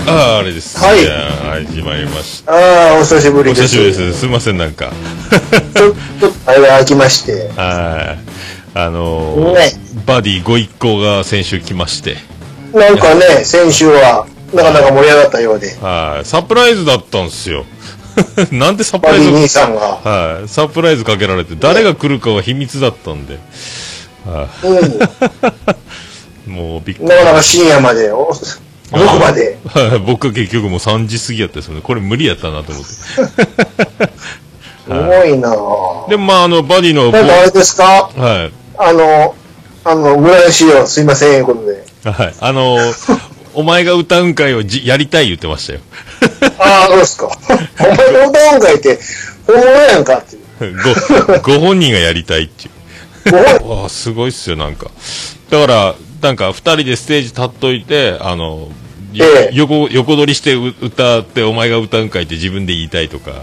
あれです。 はい。 始まりました。 ああ、お久しぶりです。 お久しぶりです。すみません、なんか。 ちょっと、あれが空きまして。 ね、バディご一行が先週来まして。 なんかね、先週は、なかなか盛り上がったようで。 サプライズだったんですよ。なんでサプライズバディ兄さんが。 サプライズかけられて、誰が来るかは秘密だったんで。もうびっくり。 なかなか深夜まで、どこまで。 僕は結局もう3時過ぎやったですよね。これ無理やったなと思って。 すごいなぁ。 でもまあバディの。 なんかあれですか？ はい。 村井資料すいません、いうことで。 はい。お前が歌うん会をやりたい言ってましたよ。 ああ、どうですか。お前が歌うん会って、本物やんかっていう。 ご本人がやりたいっていう。わあ、すごいっすよ、なんか。だから、なんか、二人でステージ立っといて、横取りして歌って、お前が歌うん会って自分で言いたいとか。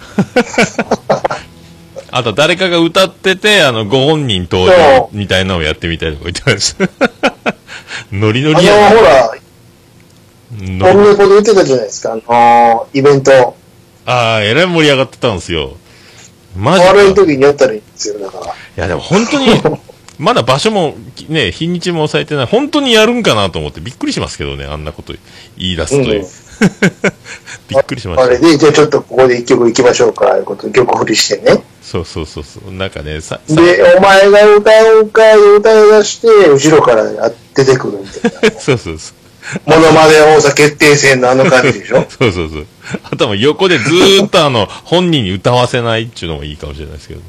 あと、誰かが歌ってて、ご本人登場みたいなのをやってみたいとか言ってました。ノリノリやな。 ほら、オンネコで言ってたじゃないですか、イベント。 えらい盛り上がってたんですよ。マジか。 悪い時にやったらいいんですよ、だから。いや、でも本当に、まだ場所も、ね、日にちも抑えてない。本当にやるんかなと思ってびっくりしますけどね、あんなこと言い出すという。びっくりしました。 あれで、じゃあちょっとここで一曲行きましょうか、いうこと曲振りしてね。 そう。なんかね、 で、お前が歌うか歌い出して、後ろから出てくるみたいな。 そう。 モノマネ王座決定戦のあの感じでしょ。 そう。あとは横でずーっと本人に歌わせないっていうのもいいかもしれないですけど。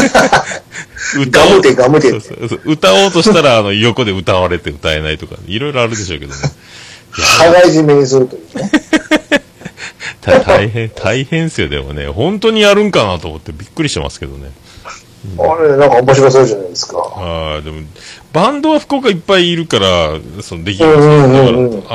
ガムテ。 歌おうとしたら、横で歌われて歌えないとか、いろいろあるでしょうけどね。 羽交い締めにするというね。 大変っすよ、でもね。本当にやるんかなと思ってびっくりしてますけどね。 あれ、なんか面白そうじゃないですか。 でも、バンドは福岡いっぱいいるから、できるんですよ。だから、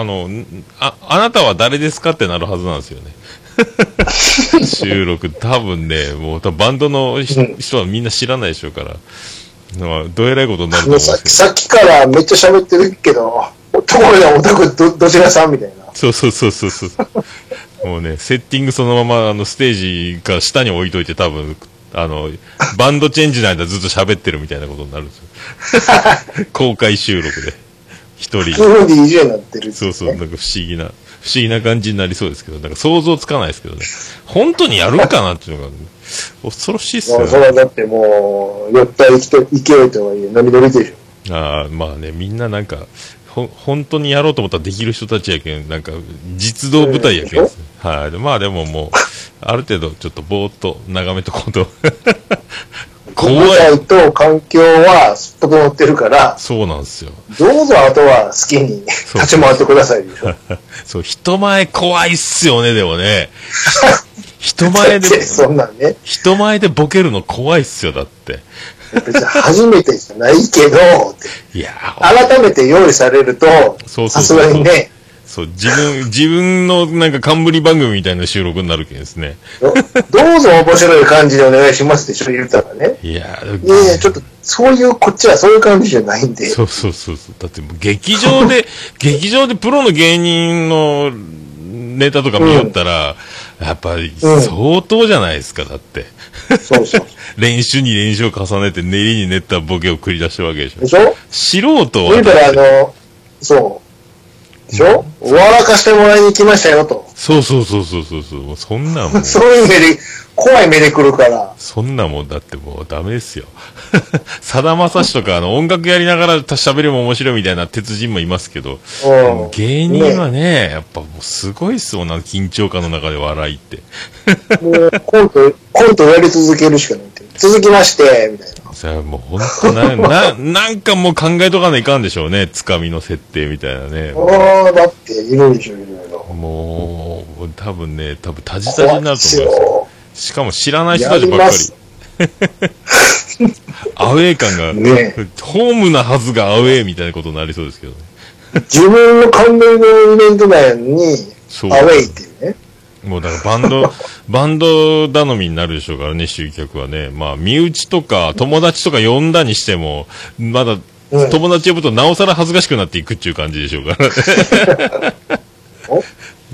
あなたは誰ですかってなるはずなんですよね。収録、多分ね、もうバンドの人はみんな知らないでしょうから、どえらいことになると思うんですけど。 さっきからめっちゃ喋ってるけど、ところでオタクどちらさんみたいな。 そう。もうね、セッティングそのままステージが下に置いといて多分、バンドチェンジの間ずっと喋ってるみたいなことになるんですよ。公開収録で。一人。 DJ になってる、ね。 そう、なんか不思議な感じになりそうですけど、なんか想像つかないですけどね。本当にやるんかなっていうのが、恐ろしいっすよね。 それはだってもう、酔った勢いとはいえ、ノリノリでしょ。 まあね、みんななんか、本当にやろうと思ったらできる人たちやけん、なんか、実動部隊やけんですね。はい。まあでももう、ある程度ちょっとぼーっと眺めとこうと。 怖い。舞台と環境は整ってるから、 そうなんですよ。 どうぞあとは好きに立ち回ってくださいでしょ。 そう、人前怖いっすよね、でもね。人前で、 そんなんね。 人前でボケるの怖いっすよ、だって。 別に初めてじゃないけど、 いや改めて用意されると、さすがにね。 そう、自分のなんか冠番組みたいな収録になるけんですね。 どうぞ面白い感じでお願いしますでしょ、言うたらね。 いやちょっと、こっちはそういう感じじゃないんで。 そう。だってもう劇場でプロの芸人のネタとか見よったら、やっぱり相当じゃないですか、だって。 そう。 練習に練習を重ねて練りに練ったボケを繰り出してるわけでしょ。 でしょ素人は。 言うたらそう。でしょ、笑かしてもらいに来ましたよと。 そう。そんなんもん。 そういう目で、怖い目で来るから。 そんなもんだってもうダメですよ。さだまさしとか音楽やりながら喋りも面白いみたいな鉄人もいますけど、芸人はね、やっぱもうすごいっすもんな、緊張感の中で笑いって。 もうコントやり続けるしかないって。続きまして、みたいな。 さあもう本当なんかもう考えとかないかんでしょうね、つかみの設定みたいなね。 だっているでしょ、いろいろ。 もう、多分タジタジになると思いますよ。しかも知らない人たちばっかり。アウェー感が、ね、ホームなはずがアウェーみたいなことになりそうですけどね。 自分の関連のイベントなのに、アウェイっていうね。 もうだからバンド頼みになるでしょうからね、集客はね。まあ、身内とか友達とか呼んだにしても、まだ、友達呼ぶとなおさら恥ずかしくなっていくっていう感じでしょうからね。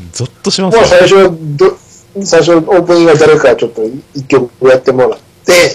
ゾッとしますまあよ。 最初オープニングが誰かちょっと一曲やってもらって、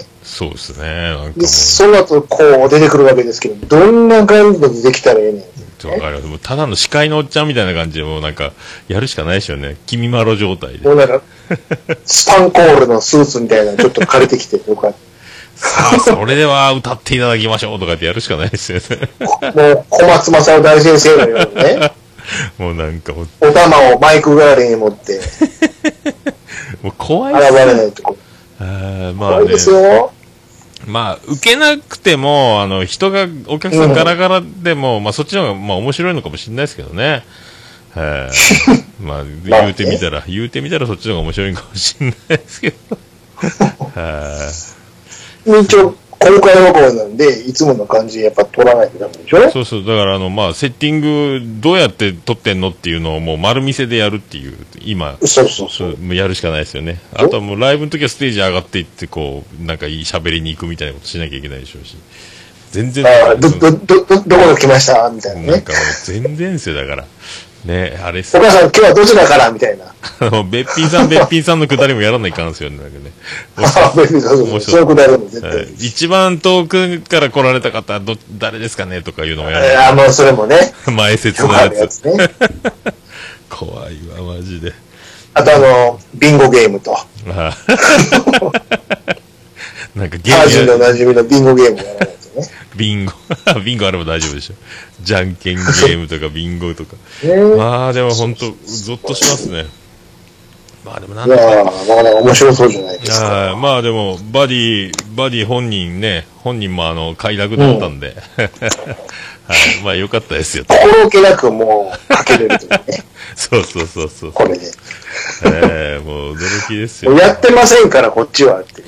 そうですね。なんかもでう。 その後こう出てくるわけですけど、どんな感じで出てきたらええねん。 わかります。もうただの司会のおっちゃんみたいな感じで、もうなんか、やるしかないですよね。君まろ状態で。 もうなんか、スパンコールのスーツみたいなのちょっと枯れてきてよかった。 さあ、それでは歌っていただきましょうとかってやるしかないですよね。 もう小松正夫大先生のようにね、 もうなんかもう、 お玉をマイク代わりに持って、 もう怖い現っすね。 れないとこ。 まあね怖いですよ。 まあ、受けなくても、人が、お客さんガラガラでも、まあそっちの方が、まあ面白いのかもしれないですけどね。まあ、言うてみたらそっちの方が面白いかもしれないですけど。 一応、公開録音なんで、いつもの感じでやっぱ撮らないとダメでしょ。 そうそう、だからまあ、セッティング、どうやって撮ってんのっていうのをもう丸見せでやるっていう、今、 そうもうやるしかないですよね。あとはもうライブの時はステージ上がっていって、こう、なんかいい喋りに行くみたいなことしなきゃいけないでしょうし。全然、 どこが来ましたみたいなね。 なんかもう全然ですよ、だから。ね、あれお母さん今日はどちらからみたいな。 べっぴんさんのくだりもやらないかんですよね、なんかね。 そういうくだりも絶対。 一番遠くから来られた方、誰ですかねとかいうのもやらない。 もうそれもね。 前説のやつ。 ね、 怖いわ、マジで。 あとビンゴゲームと。 なんかゲーム。 タージンの馴染みのビンゴゲームやらないとね。 ビンゴあれば大丈夫でしょ。じゃんけんゲームとかビンゴとか。まあでも本当ゾッとしますね。まあでもなんだか。 まあ面白そうじゃないですか。 まあでもバディ本人も快諾だったんで、はい、まあよかったですよ。 心置けなくもうかけれるとね。 そう。 これで。 もう驚きですよ。 やってませんからこっちはっていう。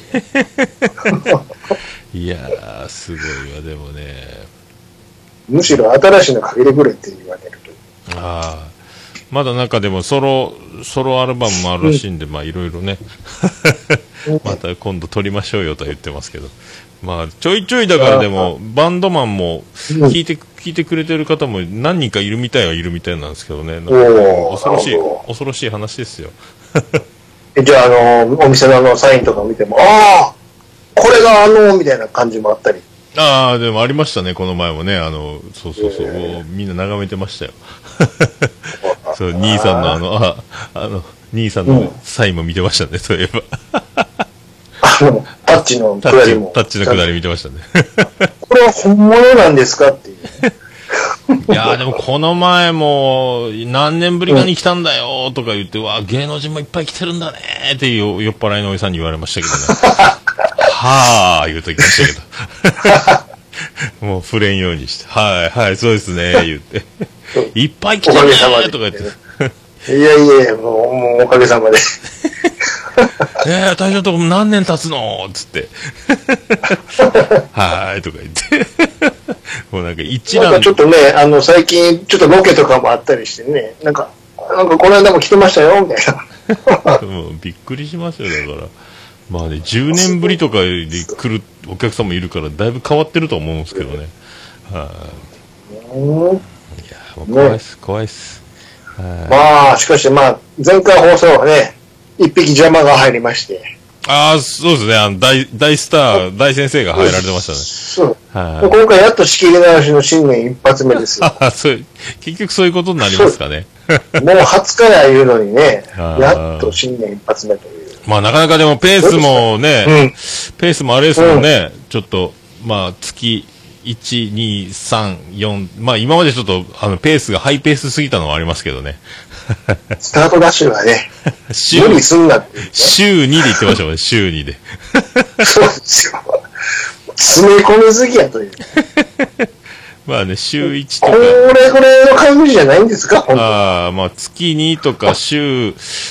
いやー、すごいわ、でもね。 むしろ新しいのかけてくれって言われると。 まだ中でもソロアルバムもあるらしいんで、まあいろいろね。また今度撮りましょうよとは言ってますけど。まあ、ちょいちょいだからでも、バンドマンも聞いてくれてる方も何人かいるみたいなんですけどね。恐ろしい話ですよ。 じゃあ、お店のサインとか見ても、これがみたいな感じもあったり。 でもありましたね、この前もね。そう。みんな眺めてましたよ。そう、兄さんの兄さんのサインも見てましたね、そういえば。 タッチのくだりも。 タッチのくだり見てましたね。 これは本物なんですかっていう。 いやーでもこの前も何年ぶりかに来たんだよとか言って、わ芸能人もいっぱい来てるんだねーっていう酔っ払いのおじさんに言われましたけどね。はー言うときましたけど。もう触れんようにして、はい、そうですね言って。いっぱい来てるねーとか言って。 いや、もうおかげさまで。 大将のとこ何年経つのつって。はーいとか言って。もうなんか一覧。 ちょっとね、最近ちょっとロケとかもあったりしてね、なんかこの間も来てましたよ、みたいな。 もうびっくりしますよ、だから。まあね、10年ぶりとかで来るお客さんもいるから、だいぶ変わってると思うんですけどね。いやもう怖いっす。 まあ、しかし前回放送はね、一匹邪魔が入りまして。 そうですね。大スター、大先生が入られてましたね。 そう。今回やっと仕切り直しの新年一発目ですよ。 結局そういうことになりますかね。 もう20日や言うのにね、やっと新年一発目という。 まあなかなかでもペースもね、ペースもあれですもんね。ちょっと、まあ月1、2、3、4、まあ今までちょっとペースがハイペースすぎたのはありますけどね。 スタートダッシュはね、無理すんなって、ね。 週2で言ってましたもんね、週2で。 そうですよ。詰め込みすぎやという。 まあね、週1とか。 これぐらいの感じじゃないんですか、本当まあ月2とか月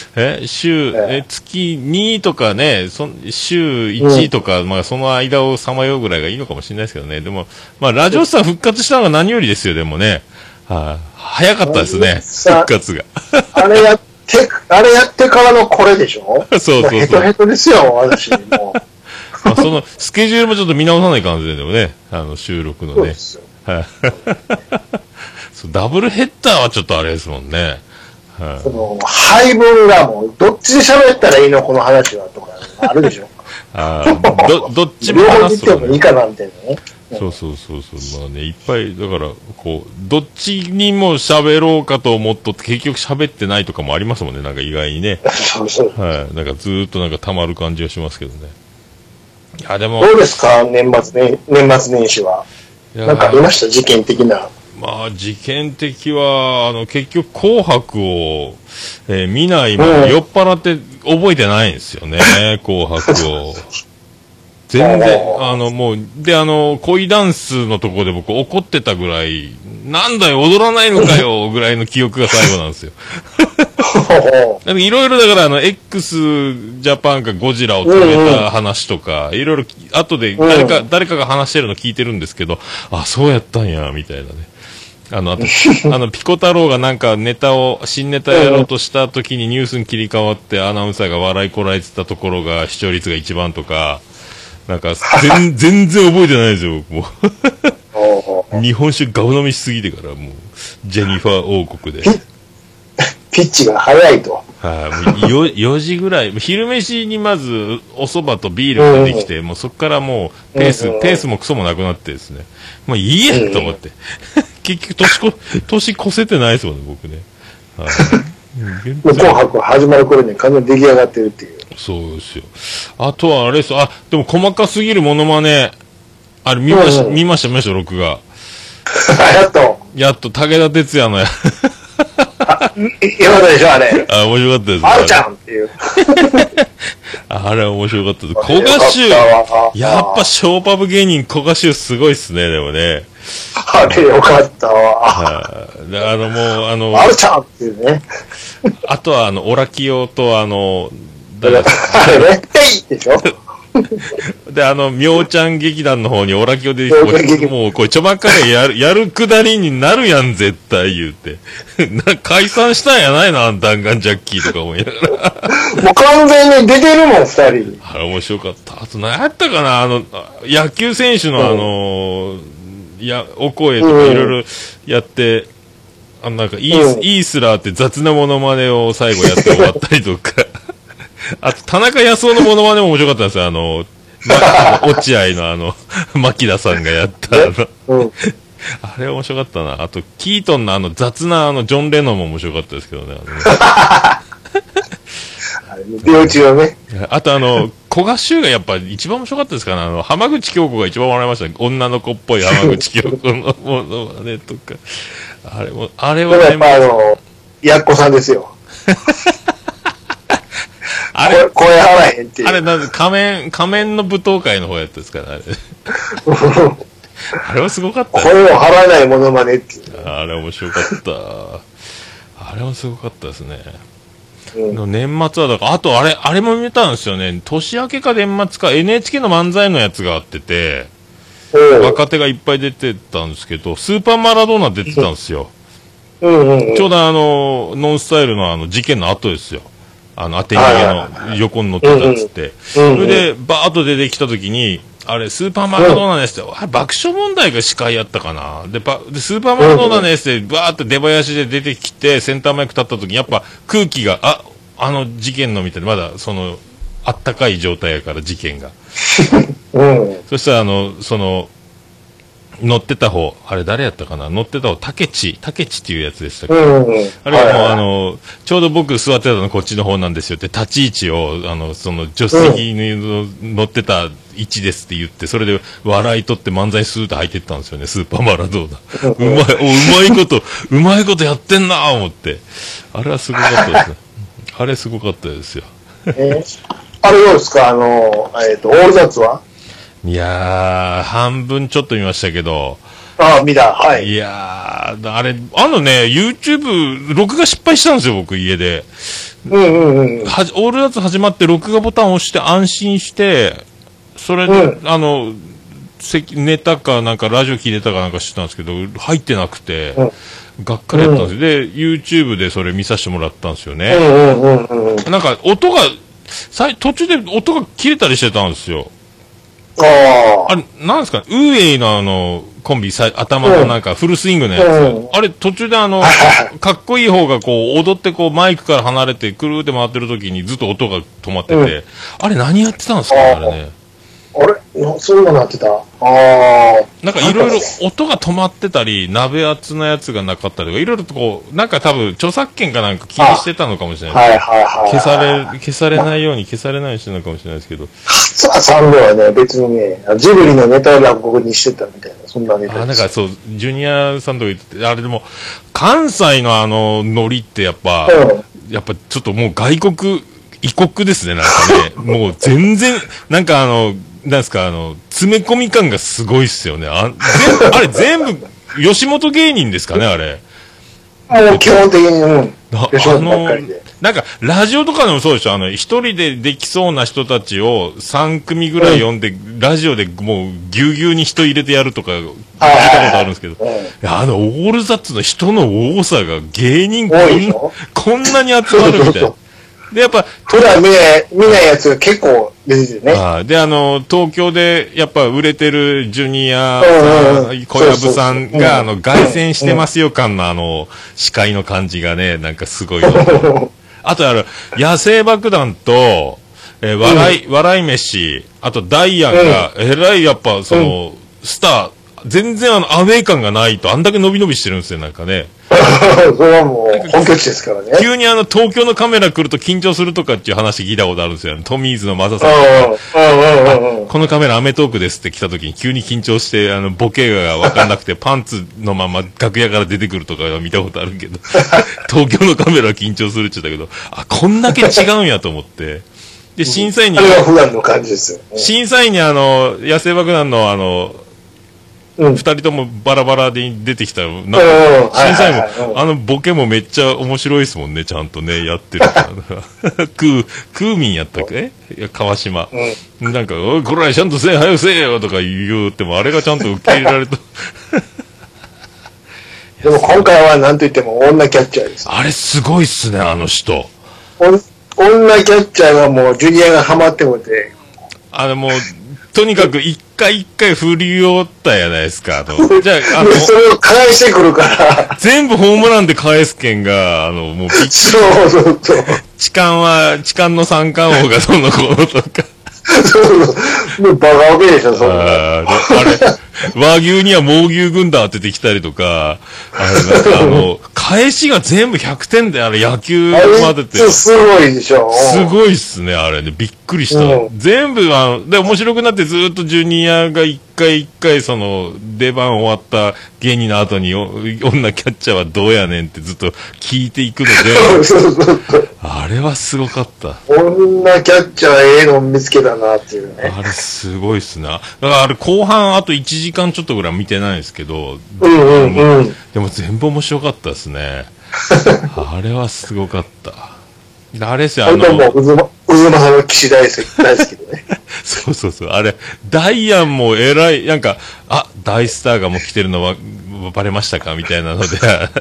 2とかね、週1とか、まあその間をさまようぐらいがいいのかもしれないですけどね。でも、まあラジオスター復活したのが何よりですよ、でもね。早かったですね、復活が。あれやってからのこれでしょ。 そう。 ヘトヘトですよ、私も。 まあそのスケジュールもちょっと見直さない感じでもね、収録のね。そうダブルヘッダーはちょっとあれですもんね。 その、配分がもう、どっちで喋ったらいいのこの話はとか、あるでしょ。 どっちも両方話すと、 言ってもいいかなみたいなね。 そう。まあね、いっぱい、だから、こう、どっちにも喋ろうかと思っとって、結局喋ってないとかもありますもんね、なんか意外にね。 そう。 はい。なんかずーっとなんか溜まる感じがしますけどね。いや、でも。 どうですか年末年始は。なんかありました事件的な。 まあ、事件的は、結局、紅白を、見ないまま、酔っ払って覚えてないんですよね、紅白を。全然、もう、で、恋ダンスのところで僕怒ってたぐらい、なんだよ、踊らないのかよ、ぐらいの記憶が最後なんですよ。いろいろだから、x ジャパンがゴジラを止めた話とか、いろいろ、後で誰かが話してるの聞いてるんですけど、あ、そうやったんや、みたいなね。あと、ピコ太郎がなんか新ネタやろうとした時にニュースに切り替わってアナウンサーが笑いこらえてたところが視聴率が一番とか、なんか、全然覚えてないですよ、僕も。日本酒ガブ飲みしすぎてから、もう、ジェニファー王国で。 ピッチが早いと。 4時ぐらい、昼飯にまずお蕎麦とビールが出てきて、もうそこからもうペースもクソもなくなってですね。もういいやと思って。結局年越せてないですもんね、僕ね。 紅白始まる頃に完全に出来上がってるっていう。 そうですよ。あとはあれですよ。でも細かすぎるモノマネ。あれ見ました、録画。やっと、武田鉄矢のや。 よかったでしょ、あれ。 面白かったです。 あるちゃんっていう。 あれ面白かったです。古賀衆。やっぱショーパブ芸人古賀衆すごいっすね、でもね。 あれよかったわ。 あるちゃんっていうね。 あとはオラキオとあれね、へいでしょ。 で、みょうちゃん劇団の方にオラキオで、もう、これ、ちょまっかりやるくだりになるやん、絶対言うて。解散したんやないの弾丸ジャッキーとか思いながら。もう完全に出てるもん、二人。 あれ面白かった。あと、何やったかな野球選手のお声とかいろいろやって、なんかイースラーって雑なモノマネを最後やって終わったりとか。あと、田中康夫のモノマネも面白かったんですよ。落合の牧田さんがやったあれ面白かったな。あと、キートンの雑なジョン・レノンも面白かったですけどね。 病中はね。 あと古賀衆がやっぱ一番面白かったですかね。浜口京子が一番笑いましたね。女の子っぽい浜口京子のものまねとか。あれはね。やっぱやっこさんですよ。 あれ、 声払えへんっていう。 あれ、仮面の舞踏会の方やったですからね。あれはすごかった。 声を払わないものまねっていう。 あれ面白かった。あれはすごかったですね。年末はだから、あとあれも見たんですよね。年明けか年末か NHK の漫才のやつがあってて、若手がいっぱい出てたんですけど、スーパーマラドーナ出てたんですよ。ちょうどノンスタイルの事件の後ですよ。当て逃げの横に乗ってたっつって。それで、バーッと出てきたときに、あれ、スーパーマラドーナですって、爆笑問題が司会やったかな。で、スーパーマラドーナですって、バーッと出囃子で出てきて、センターマイク立ったときに、やっぱ空気が、事件のみたいな、まだ、あったかい状態やから、事件が。そしたら、乗ってた方、あれ誰やったかな乗ってた方、竹地っていうやつでしたっけ、あれはもう、ちょうど僕座ってたのこっちの方なんですよって、立ち位置を、助手席に乗ってた位置ですって言って、それで笑い取って漫才スーッと入っていったんですよね、スーパーマラドーナ。うまいことやってんなぁ思って。あれはすごかったですね。あれすごかったですよ。 あれどうですかオールザッツはいやー、半分ちょっと見ましたけど。 見た、はい。 いやー、あれ、YouTube、録画失敗したんですよ、僕、家で。オールザッツ始まって、録画ボタンを押して安心して、それで、ネタかなんか、ラジオ聞いてたかなんかしてたんですけど、入ってなくて、がっかりやったんですよ。で、YouTube でそれ見させてもらったんですよね。なんか、途中で音が切れたりしてたんですよ。 ああ。 あれ、なんですか、ウーエイのコンビ頭のなんかフルスイングのやつ。あれ、途中でかっこいい方がこう、踊ってこう、マイクから離れて、くるーって回ってる時にずっと音が止まってて、あれ何やってたんですかね、あれね。 あれそうなってた。ああ。 なんかいろいろ音が止まってたり、鍋圧なやつがなかったりとか、いろいろとこう、なんか多分著作権かなんか気にしてたのかもしれない。消されないようにしてるのかもしれないですけど。 勝さんではね、別にね、ジブリのネタを落語にしてたみたいな、そんなネタです。 なんかそう、ジュニアさんとか言ってて、あれでも、関西のノリってやっぱちょっともう外国、異国ですね、なんかね。もう全然、なんかなんですか、詰め込み感がすごいっすよね。あれ全部、吉本芸人ですかね、あれ。 もう基本的に、吉本ばっかりで。 なんか、ラジオとかでもそうでしょ、一人でできそうな人たちを3組ぐらい呼んで、ラジオでもう、ぎゅうぎゅうに人入れてやるとか、聞いたことあるんですけど、オールザッツの人の多さが芸人こんなに集まるみたいな。で、やっぱ、 普段見ないやつが結構出てるね。 で、東京で、やっぱ売れてるジュニアさん、小籔さんが、凱旋してますよ感の司会の感じがね、なんかすごいの。あと野生爆弾と、笑い飯、あとダイアンが、えらいやっぱ、スター、全然アウェイ感がないと、あんだけ伸び伸びしてるんですよ、なんかね。 それはもう本拠地ですからね。 急に東京のカメラ来ると緊張するとかっていう話聞いたことあるんですよ。トミーズのマサさんが。このカメラアメトークですって来た時に急に緊張して、ボケがわかんなくてパンツのまま楽屋から出てくるとかは見たことあるけど、東京のカメラは緊張するって言ったけど、こんだけ違うんやと思って。で、審査員に。 あれは普段の感じですよ。 審査員に野生爆弾の二人ともバラバラで出てきたよ。なんか、審査員も、ボケもめっちゃ面白いですもんね、ちゃんとね、やってるから。クーミンやったっけ川島。なんか、おい、こら、ちゃんとせえ、早くせえよとか言うても、あれがちゃんと受け入れられた。 でも今回は何と言っても女キャッチャーです。 あれすごいっすね、あの人。 女キャッチャーがもう、ジュニアがハマってもて。 もう、とにかく一回一回振り終わったやないですか。 じゃあ、それを返してくるから。 全部ホームランで返す剣が、もうそう。 痴漢の三冠王がどの頃とか。 もうバカオケでしょ、そんな。 あれ、和牛には猛牛軍団当ててきたりとか、なんか返しが全部100点で、野球までて。 すごいでしょ。 すごいっすね、あれね。びっくりした。全部、で、面白くなってずっとジュニアが一回一回、出番終わった芸人の後に、女キャッチャーはどうやねんってずっと聞いていくので、あれはすごかった。 女キャッチャーの見つけたなっていうね。 あれすごいっすね。だからあれ後半あと1時間ちょっとぐらい見てないんですけど、でも全部面白かったですね。あれはすごかった。あれですよ、 渦政の騎士大好きでね。 そう。あれ、ダイアンも偉い、なんか、大スターがもう来てるのは、バレましたかみたいなので、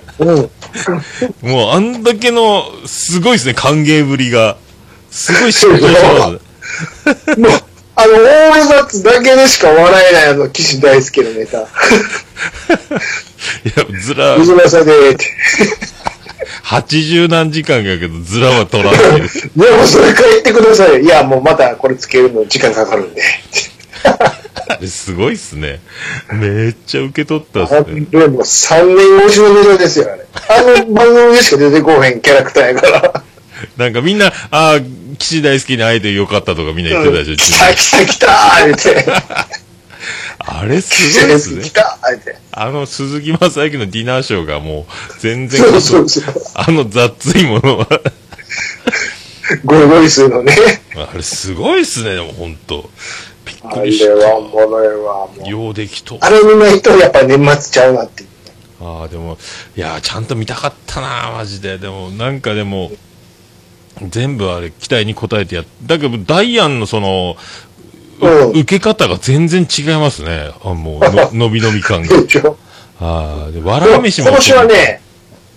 もうあんだけの、すごいですね、歓迎ぶりが。すごいしっかりしてます。 もう、オールザッツだけでしか笑えない騎士大好きのネタ。いや、渦政でって。 80何時間やけど、ズラは取らないです。 でもそれから言ってください。いや、もうまたこれつけるの時間かかるんで。 あれすごいっすね。めっちゃ受け取ったっすね。 でも3年越しのネタですよ、あれ。番組でしか出てこへんキャラクターやから。 なんかみんな、騎士大好きに会えてよかったとかみんな言ってたでしょ。 来たー言って。 あれすごいっすね。 来たーって。 鈴木雅之のディナーショーがもう、全然、 そう。 雑いものは。 ゴリゴリするのね。 あれすごいっすね、でもほんと。びっくりした。あれはおもろいわ、もう。 ようできと。 あれ見ないとやっぱ年末ちゃうなっていう。 でも、いやちゃんと見たかったなマジで。でも、全部あれ、期待に応えてだけど、ダイアンの受け方が全然違いますね。もう、伸び伸び感が。で、笑い飯も。 今年はね、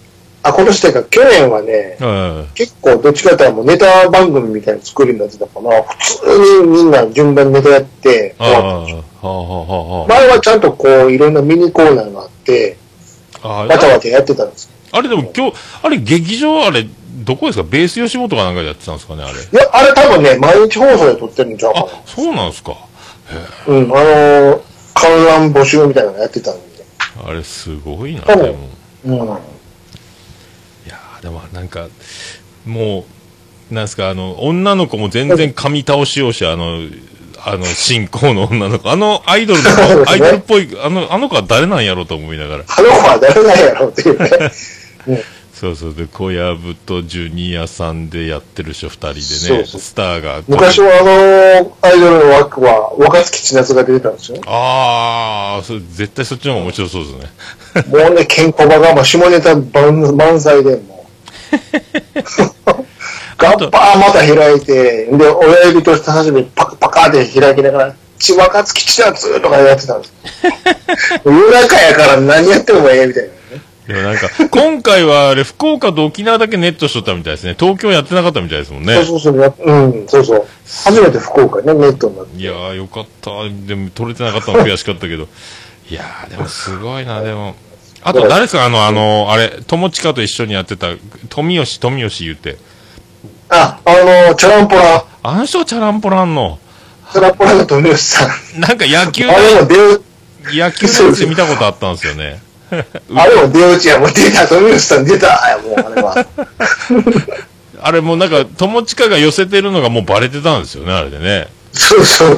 今年っていうか、去年はね、結構どっちかというともうネタ番組みたいな作りになってたから、普通にみんな順番にネタやって、前はちゃんとこう、いろんなミニコーナーがあって、わたわたやってたんです。 あれでも今日、あれ劇場、あれ、どこですか？ベース吉本かなんかでやってたんですかね、あれ。 いや、あれ多分ね、毎日放送で撮ってるんちゃうかな。 そうなんですか。 うん、観覧募集みたいなのやってたんで。 あれ、すごいな、でも。いやでもなんか、もう、なんですか、女の子も全然髪倒しようし、進行の女の子、アイドルの子、アイドルっぽい、あの子は誰なんやろうと思いながら。 あの子は誰なんやろうっていうね。 そうそう、で、小籔とジュニアさんでやってる人二人でね、スターが。 昔はアイドルの枠は、若槻千夏が出てたんですよ。 絶対そっちの方が面白そうですね。もうね、ケンコバがもう下ネタ満載で、もう。ガッパーまた開いて、で、親指と人差し指パカーって開きながら、若槻千夏とかやってたんです。夜中やから何やってもええみたいな。 でもなんか、今回はあれ、福岡と沖縄だけネットしとったみたいですね。東京やってなかったみたいですもんね。 そう。そうそう。初めて福岡ね、ネットになって。 いやー、よかった。でも、撮れてなかったの悔しかったけど。いやー、でもすごいな、でも。あと、誰ですかあれ、友近と一緒にやってた、富吉言うて。 チャランポラン。 あの人はチャランポランの。 チャランポランの富吉さん。 なんか野球のやつ見たことあったんですよね。 あれも出落ちや、もう出た、富吉さん出た、もうあれは。 あれもなんか、友近が寄せてるのがもうバレてたんですよね、あれでね。 そう。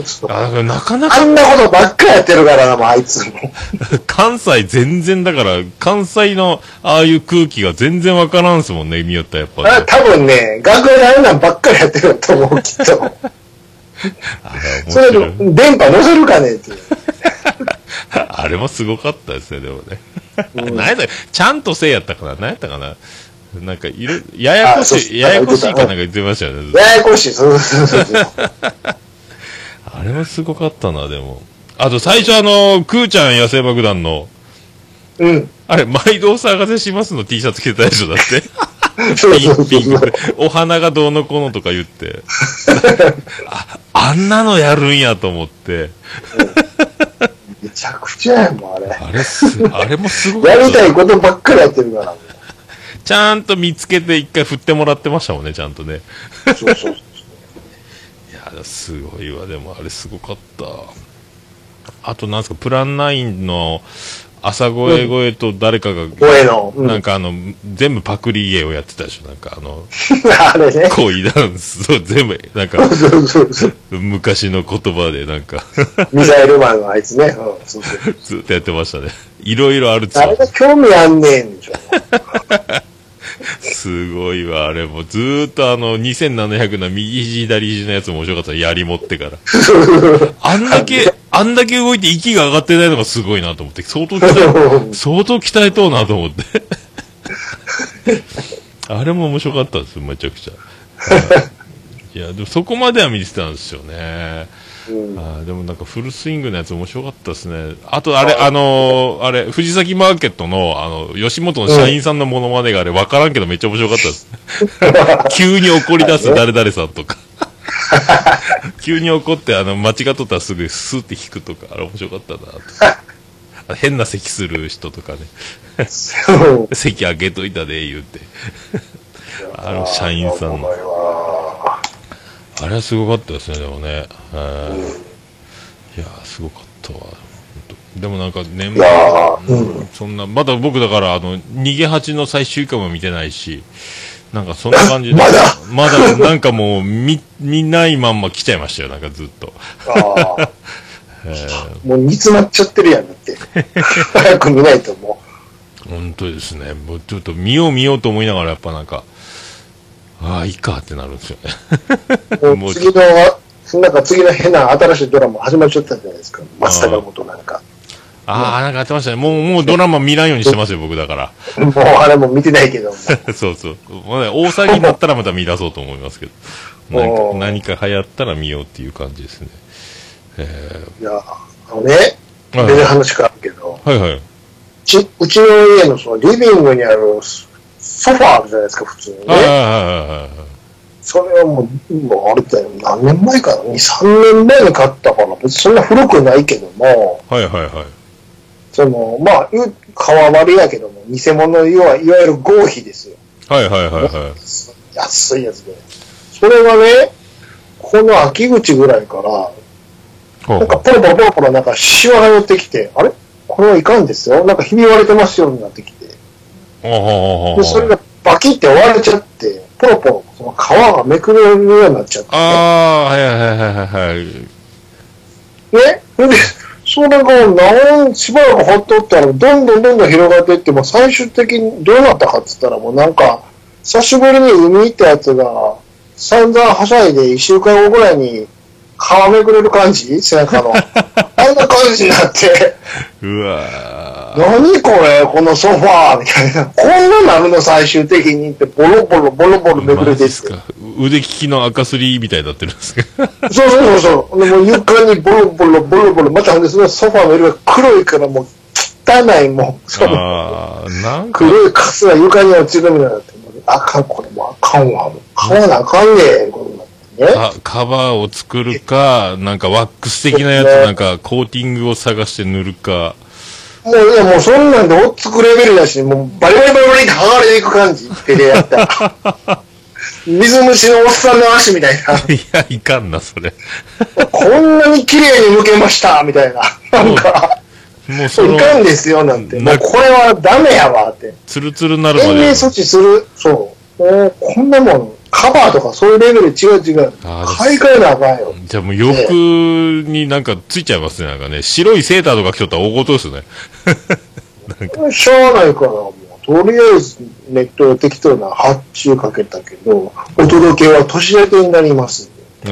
なかなか。 あんなことばっかやってるからな、もうあいつも。 関西全然だから、関西のああいう空気が全然わからんすもんね、見よったらやっぱ、ね。 多分ね、学園であんなんばっかりやってると思う、きっと。それで、電波乗せるかねっていう。 あれもすごかったですね、でもね。何やったちゃんとせいやったかな何やったかななんか、ややこしいかなんか言ってましたよね。 ややこしい、そう。 あれもすごかったな、でも。あと、最初クーちゃん野生爆弾の、あれ、毎度お騒がせしますの T シャツ着てたでしょ、だって。ピンク。お花がどうのこうのとか言って。あんなのやるんやと思って。 めちゃくちゃやもん、あれ。 あれもすごかった。 やりたいことばっかりやってるから。 ちゃんと見つけて一回振ってもらってましたもんね、ちゃんとね。 そう。いや、すごいわ、でもあれすごかった。あと、なんですか、プラン9の朝声と誰かが、なんか全部パクリ芸をやってたでしょ、なんかあれね。 恋ダンス、全部、なんか、昔の言葉で、なんかミサイルマンのあいつね。 ずっとやってましたね。いろいろあるっつう。 あれが興味あんねんでしょ。 すごいわ、あれもずーっと2700な右肘左肘のやつも面白かった。槍持ってから。あんだけ動いて息が上がってないのがすごいなと思って、相当鍛えとうなと思って。あれも面白かったですよ、めちゃくちゃ。いや、でもそこまでは見てたんですよね。でもなんかフルスイングのやつ面白かったですね。あとあれ、藤崎マーケットの吉本の社員さんのモノマネがあれ分からんけどめっちゃ面白かったです。急に怒り出す誰々さんとか。急に怒って間違っとったらすぐスーって引くとか、あれ面白かったなと。変な咳する人とかね。咳あげといたで言うて。社員さんの。あれはすごかったですね、でもね。いやすごかったわ。でもなんか年末、そんな、まだ僕だから、逃げ蜂の最終回も見てないし、なんかそんな感じで、まだ、なんかもう、見ないまんま来ちゃいましたよ、なんかずっと。 もう煮詰まっちゃってるやん、だって。早く見ないともう。本当ですね。もうちょっと見ようと思いながら、やっぱなんか、いいかってなるんですよね。 もう次の変な新しいドラマ始まっちゃったじゃないですか。松たか子となんか。 なんかやってましたね。もうドラマ見ないようにしてますよ、僕だから。 もうあれも見てないけど。 そう。もうね、大騒ぎになったらまた見出そうと思いますけど。何か流行ったら見ようっていう感じですね。 いや、全然話変わるけど。 はい。 うちの家のそのリビングにあるソファーあるじゃないですか、普通にね。それはもうあれだよ、何年前かな、2、3年前に買ったから、別にそんな古くないけども、 はいはいはい。 まあ、革割りやけども、偽物、いわゆる合皮ですよ。 はいはいはいはい。 安いやつで。それがね、この秋口ぐらいから、なんかポロポロポロポロなんかシワが寄ってきて、あれこれはいかんですよ。なんかひび割れてますようになってきて。で、それがバキって割れちゃって、ポロポロ、その皮がめくれるようになっちゃって、ね。 ああ、はいはいはいはいはい。 ねで、それがしばらくほっとったら、どんどん広がっていって、も最終的にどうなったかって言ったら、もうなんか、久しぶりに海行ったやつが、散々はしゃいで1週間後ぐらいに、皮めくれる感じ背中の。あんな感じになって。 うわ何これこのソファーみたいな。こんななるの最終的にってボロボロめくれてって。 腕利きの赤すりみたいになってるんですかそう。でも床にボロボロ。またそのソファーの色が黒いからもう汚いもう。 なんか。 黒いカスが床に落ちるみたいになって。あかん、これもうあかんわ。買わなあかんねえ。こんなカバーを作るか、なんかワックス的なやつ、なんかコーティングを探して塗るか。 もうそんなんで追っつくレベルだし、もうバリバリって剥がれていく感じ。手でやったら。水虫のおっさんの足みたいな。 いや、いかんな、それ。 こんなに綺麗に剥けました、みたいな。なんか、もういかんですよ、なんて。もうこれはダメやわ、って。 ツルツルになるまで。 延命措置する。そう。もうこんなもん。カバーとかそういうレベル違う。買い替えなあかんよ。 じゃあもう洋服になんかついちゃいますね、なんかね。白いセーターとか着とったら大事ですね。 しょうがないから、もう、とりあえずネットで適当な発注かけたけど、お届けは年明けになります。って。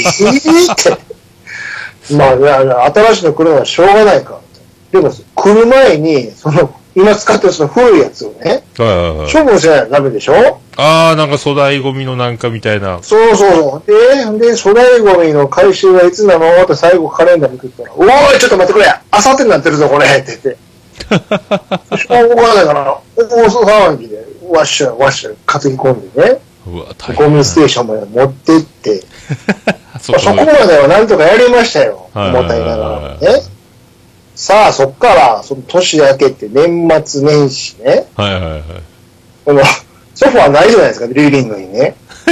まあ、新しいの来るのはしょうがないか。でも、来る前に、今使ってるその古いやつをね、処分しないとダメでしょ。 なんか粗大ゴミのなんかみたいな。 そう。で、粗大ゴミの回収はいつなのって最後カレンダー見てたら、おい、ちょっと待ってくれ、あさってになってるぞ、これって言って。しかも動かないから、大騒ぎで、ワッシュ、担ぎ込んでね、ゴミステーションまで持って行って、そこまではなんとかやりましたよ、重たいながらね。さあ、そっから、その年明けて年末年始ね。ソファーないじゃないですか、リビングにね。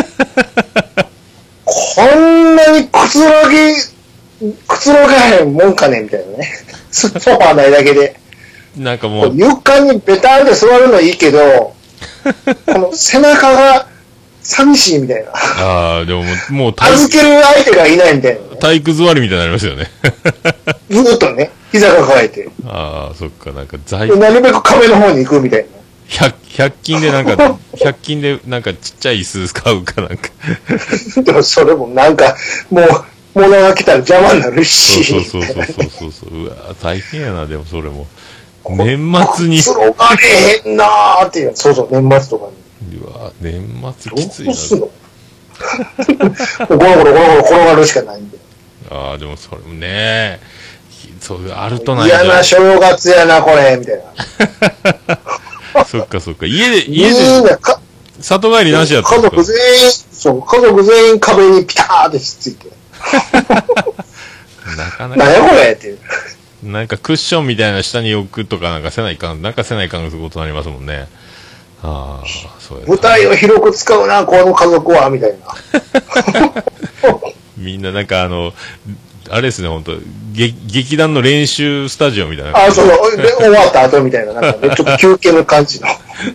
こんなにくつろがへんもんかねみたいなね。ソファーないだけで。 なんかもう。 床にベターンで座るのいいけど、この背中が寂しいみたいな。 でももう預ける相手がいないみたいな、ね。 体育座りみたいになりますよね。 ずーっとね、膝抱えて。 そっか、なんかなるべく壁の方に行くみたいな。 100均でなんかちっちゃい椅子買うかなんか。 でもそれもなんか、もう、物が来たら邪魔になるし。 そう。うわ大変やな、でもそれも。年末に。 くつろがれへんなーっていう。そう、年末とかに。 うわ年末きついな。 どうすんのゴロゴロ転がるしかないんで。 でもそれもね、そういうあるとない。 嫌な正月やな、これ、みたいな。 そっか。家で、里帰りなしやったんですか？家族全員壁にピターってひっついて。 なかなか。 何やこれっていう。 なんかクッションみたいな下に置くとかなんかせないかんすることになりますもんね。そうや。 舞台を広く使うな、この家族は、みたいな。 みんななんかあれですね、本当劇団の練習スタジオみたいな。 そう、で、終わった後みたいな、なんかね、ちょっと休憩の感じの。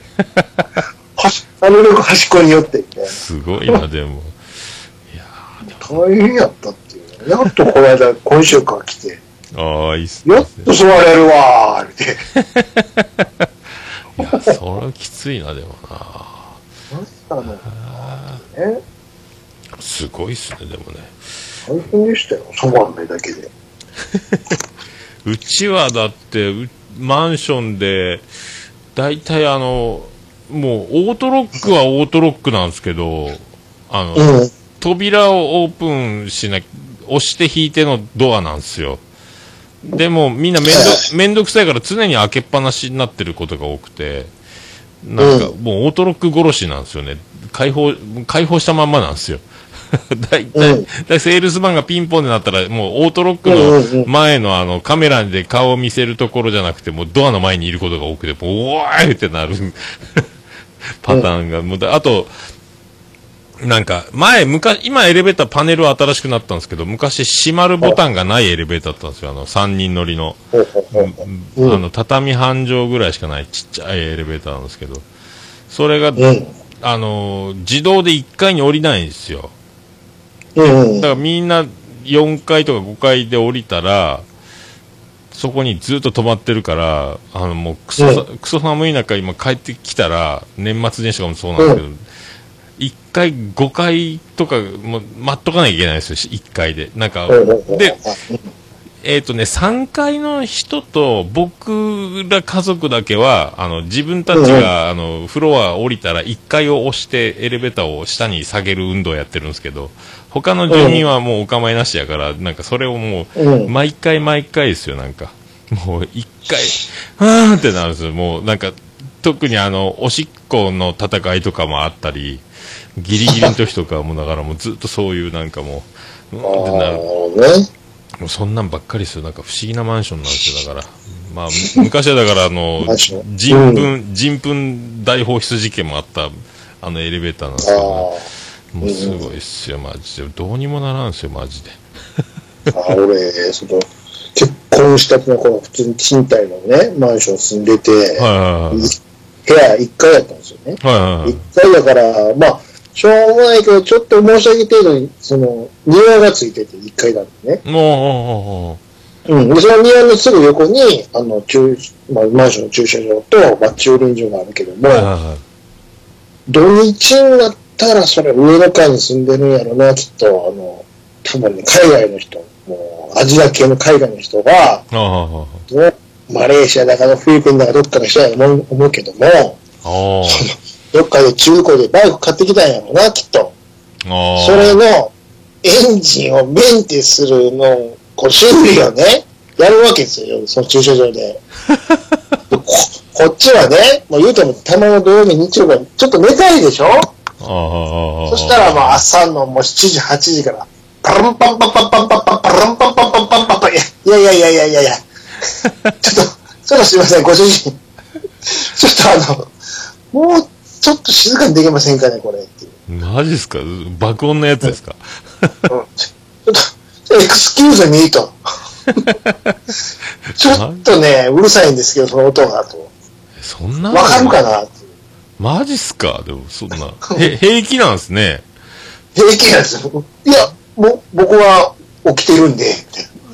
端っこに寄ってみたいな。 すごいな、でも。いや大変やったっていう。やっとこの間、今週から来て。 いいっすね。 やっと座れるわー、って。 いや、それはきついな、でもな。すごいっすね、でもね。 大変でしたよ、ソファーないだけで。 うちはだって、マンションで、大体もう、オートロックはオートロックなんですけど、扉をオープン押して引いてのドアなんですよ。でもみんなめんどくさいから常に開けっぱなしになってることが多くて、 なんか、もうオートロック殺しなんですよね。解放したまんまなんですよ。だいたいセールスマンがピンポンでなったら、もうオートロックの前のカメラで顔を見せるところじゃなくて、もうドアの前にいることが多くて、もう、おーいってなるパターンが、もうあと、なんか、今エレベーターパネルは新しくなったんですけど、昔閉まるボタンがないエレベーターだったんですよ。3人乗りの。畳半畳ぐらいしかないちっちゃいエレベーターなんですけど、それが、自動で1階に降りないんですよ。だからみんな4階とか5階で降りたら、そこにずっと止まってるから、もうクソ寒い中今帰ってきたら、年末年始とかもそうなんですけど、1回、5回とか、も待っとかなきゃいけないですよ、1回で。なんか、で、3階の人と僕ら家族だけは、自分たちが、フロア降りたら1階を押してエレベーターを下に下げる運動をやってるんですけど、他の住民はもうお構いなしやから、なんかそれをもう、毎回ですよ、なんか。もう1回、ってなるんですよ。もうなんか、特におしっこの戦いとかもあったり、ギリギリの時とかはもうだからもうずっとそういうなんかもう、ってなる。もうそんなんばっかりですよ。なんか不思議なマンションなんですよ。だから。まあ、昔はだから人糞大放出事件もあったエレベーターなんですけど、ね、もうすごいっすよ、マジで。どうにもならんすよ、マジで。 俺、結婚したての頃、普通に賃貸のね、マンション住んでて、部屋1階だったんですよね。1階だから、まあ、しょうがないけど、ちょっと申し訳程度に、庭がついてて、1階なんでね。で、その庭のすぐ横に、マンションの駐車場と、駐輪場があるけども、土日になったら、それ上の階に住んでるんやろな、きっと、多分ね、海外の人、もう、アジア系の海外の人が、マレーシアだかフィリピンだかどっかの人やと思うけども、どっかで中古でバイク買ってきたんやろな、きっと。それのエンジンをメンテするの、修理をね、やるわけですよ、その駐車場で。こっちはね、もう言うてもたまの土曜日、日曜日、ちょっと寝たいでしょ。そしたらもう朝のもう7時、8時から、パランパンパンパンパンパンパンパランパンパンパンパンパンパン、いや、ちょっとすいません、ご主人。ちょっともうちょっと静かにできませんかね、これっていう。 マジっすか？爆音のやつですか？ ちょっと、エクスキューズミーと。ちょっとね、うるさいんですけど、その音がと。 そんなわかるかなって。 マジっすか？でも、そんな。平気なんすね。 平気なんですよ。いや、僕は起きてるんで、って。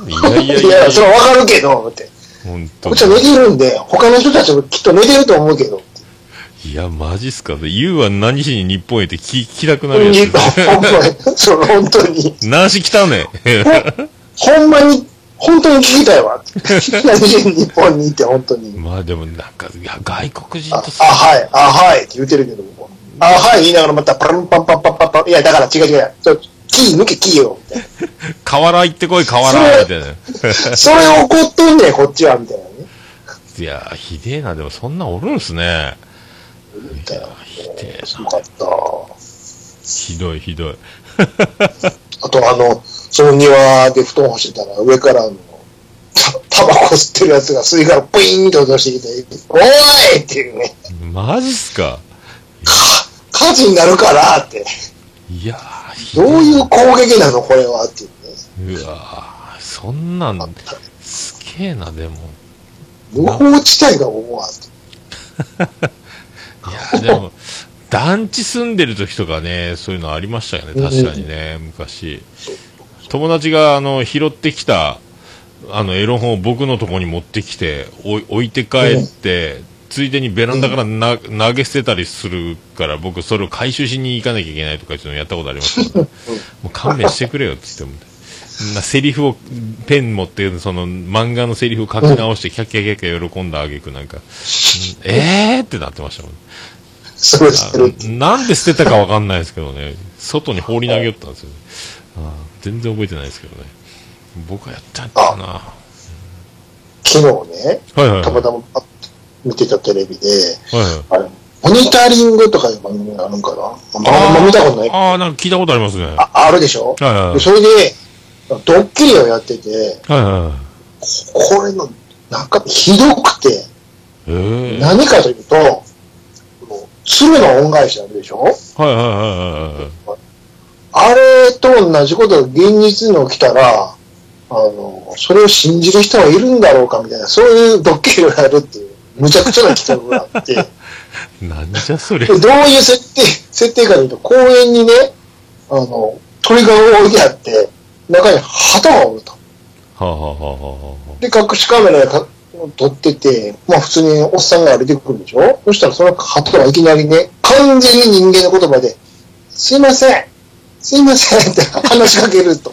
いや、それはわかるけど、って。こっちは寝てるんで、他の人たちもきっと寝てると思うけど。 いや、マジっすか。ユウは何しに日本へって聞きたくなるやつ。本当に。 何し来たね。 本当に聞きたいわ。何しに日本にいて、本当に。 まあでもなんか、いや、外国人とはいって言ってるけども。言いながらまたパンパンパンパンパンパン。いや、だから違う。キー抜け、キーよ。みたいな。 河原行ってこい、河原みたいな。 それ怒っとんねん、こっちは、みたいなね。 いや、ひでえな、でもそんなおるんすね。 ひでえな。すごかった。 ひどい。 あとその庭で布団干してたら、上からタバコ吸ってるやつが吸い殻ポイーンと落としてきて、おーいっていうね。 マジっすか？ 火事になるからって。 いやどういう攻撃なのこれはっていうね。うわそんなんすげえな。でも無法地帯が思わず。 いやでも団地住んでる時とかね、そういうのありましたよね。確かにね、昔友達が拾ってきたエロ本を僕のとこに持ってきて置いて帰って、ついでにベランダから投げ捨てたりするから僕それを回収しに行かなきゃいけないとかいうのやったことありますけど、ね、もう勘弁してくれよって言ってもセリフをペン持ってその漫画のセリフを書き直してキャッキャキャッキャ喜んだあげくなんかってなってましたもん。なんで捨てたかわかんないですけどね、外に放り投げよったんですよ、ね。全然覚えてないですけどね。僕はやったんかな。 昨日ね、たまたま見てたテレビで、 モニタリングとかいう番組があるんかな。あんま見たことない。 ああ、なんか聞いたことありますね。 あるでしょ。 はいはいはい。 それで、ドッキリをやってて、 はいはい。 これの、なんかひどくて、何かというと、鶴の恩返しあるでしょ。はいはいはいはい。 あれと同じことが現実に起きたら、それを信じる人はいるんだろうかみたいな、そういうドッキリをやるっていう、むちゃくちゃな企画があって、 なんじゃそれ。 どういう設定かというと、公園にね、鳥が置いてあって、中に鳩がおると。 はあ、はあはあはあ、 で、隠しカメラで撮ってて、まあ普通におっさんが歩いてくるでしょ。そしたらその鳩がいきなりね、完全に人間の言葉で、すいませんって話しかけると。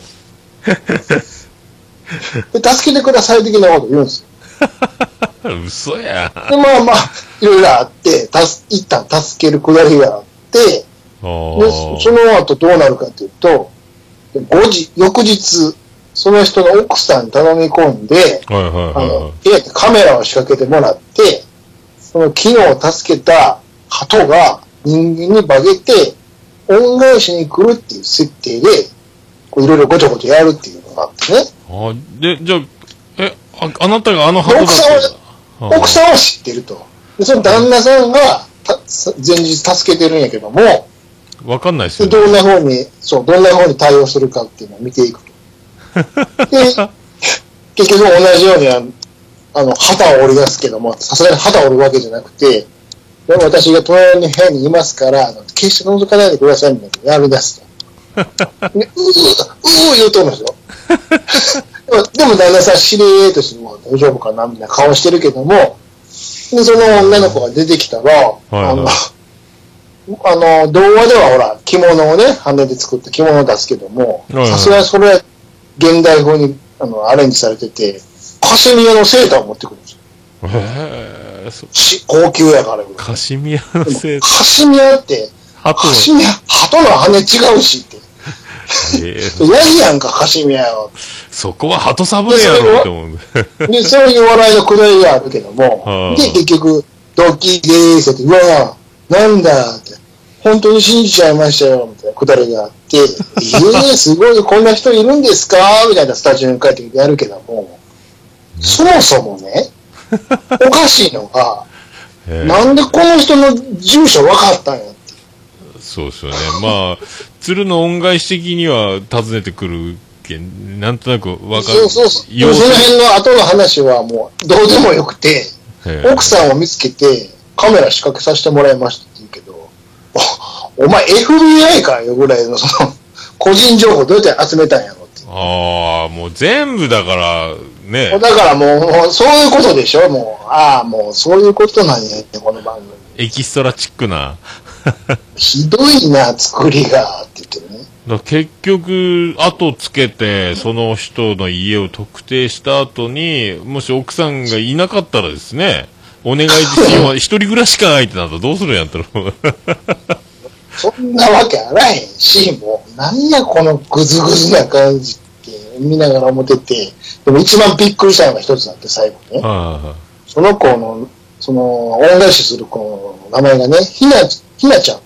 で、助けてください的なこと言うんですよ。嘘や。 で、まあまあ、いろいろあって、一旦助けるくだりがあって、で、その後どうなるかというと、翌日、その人の奥さんに頼み込んで、部屋でカメラを仕掛けてもらって、その昨日助けた鳩が人間に化けて、恩返しに来るっていう設定で、いろいろごちゃごちゃやるっていうのがあってね。 で、じゃあ、あなたがあの鳩だった奥さんは知ってると。で、その旦那さんが前日助けてるんやけども、 わかんないですよね。どんな風に対応するかっていうのを見ていくと。で、結局同じように旗を折り出すけども、さすがに旗を折るわけじゃなくて、でも私が隣の部屋にいますから、決して覗かないでくださいみたいなやり出すと。で言うと思うんですよ。でも旦那さんしれーとしても大丈夫かなみたいな顔してるけども、で、その女の子が出てきたら、童話ではほら、着物をね、羽で作った着物を出すけども、さすがにそれは現代風にアレンジされてて、カシミヤのセーターを持ってくるんですよ。高級やから。 カシミヤのセーター。 カシミヤって、鳩の羽違うしって。ヤギやんか、カシミヤよ。 そこは鳩サブレやろって思う。 で、そういう笑いのくだりがあるけども、で、結局、ドッキリでーすって、うわなんだって、本当に信じちゃいましたよ、みたいなくだりがあって、すごい、こんな人いるんですかみたいなスタジオに帰ってきてやるけども、そもそもね、おかしいのが、なんでこの人の住所分かったんやって。 そうですよね。まあ、鶴の恩返し的には訪ねてくるけん、なんとなく分かる。 そう。その辺の後の話はもう、どうでもよくて、奥さんを見つけて、カメラ仕掛けさせてもらいましたって言うけど、お前 FBI かよぐらいの個人情報どうやって集めたんやろって。 ああ、もう全部だから、ね。 だからもうそういうことでしょもう、もうそういうことなんやって、この番組。 エキストラチックな。 ひどいな、作りが、って言ってね。 結局、後つけて、その人の家を特定した後に、もし奥さんがいなかったらですね、お願いしよう、一人暮らしかないってなったらどうするんやったら。 そんなわけあらへんし、もう、なんやこのグズグズな感じって見ながら思ってて、でも一番びっくりしたのが一つあって、最後ね。その子の、恩返しする子の名前がね、ひなちゃん。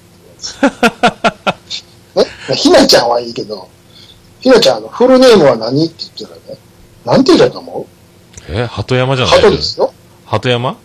ひなちゃんはいいけど、ひなちゃんフルネームは何って言ってたらね、なんて言うたと思う？ 鳩山じゃない鳩ですよ。 鳩山？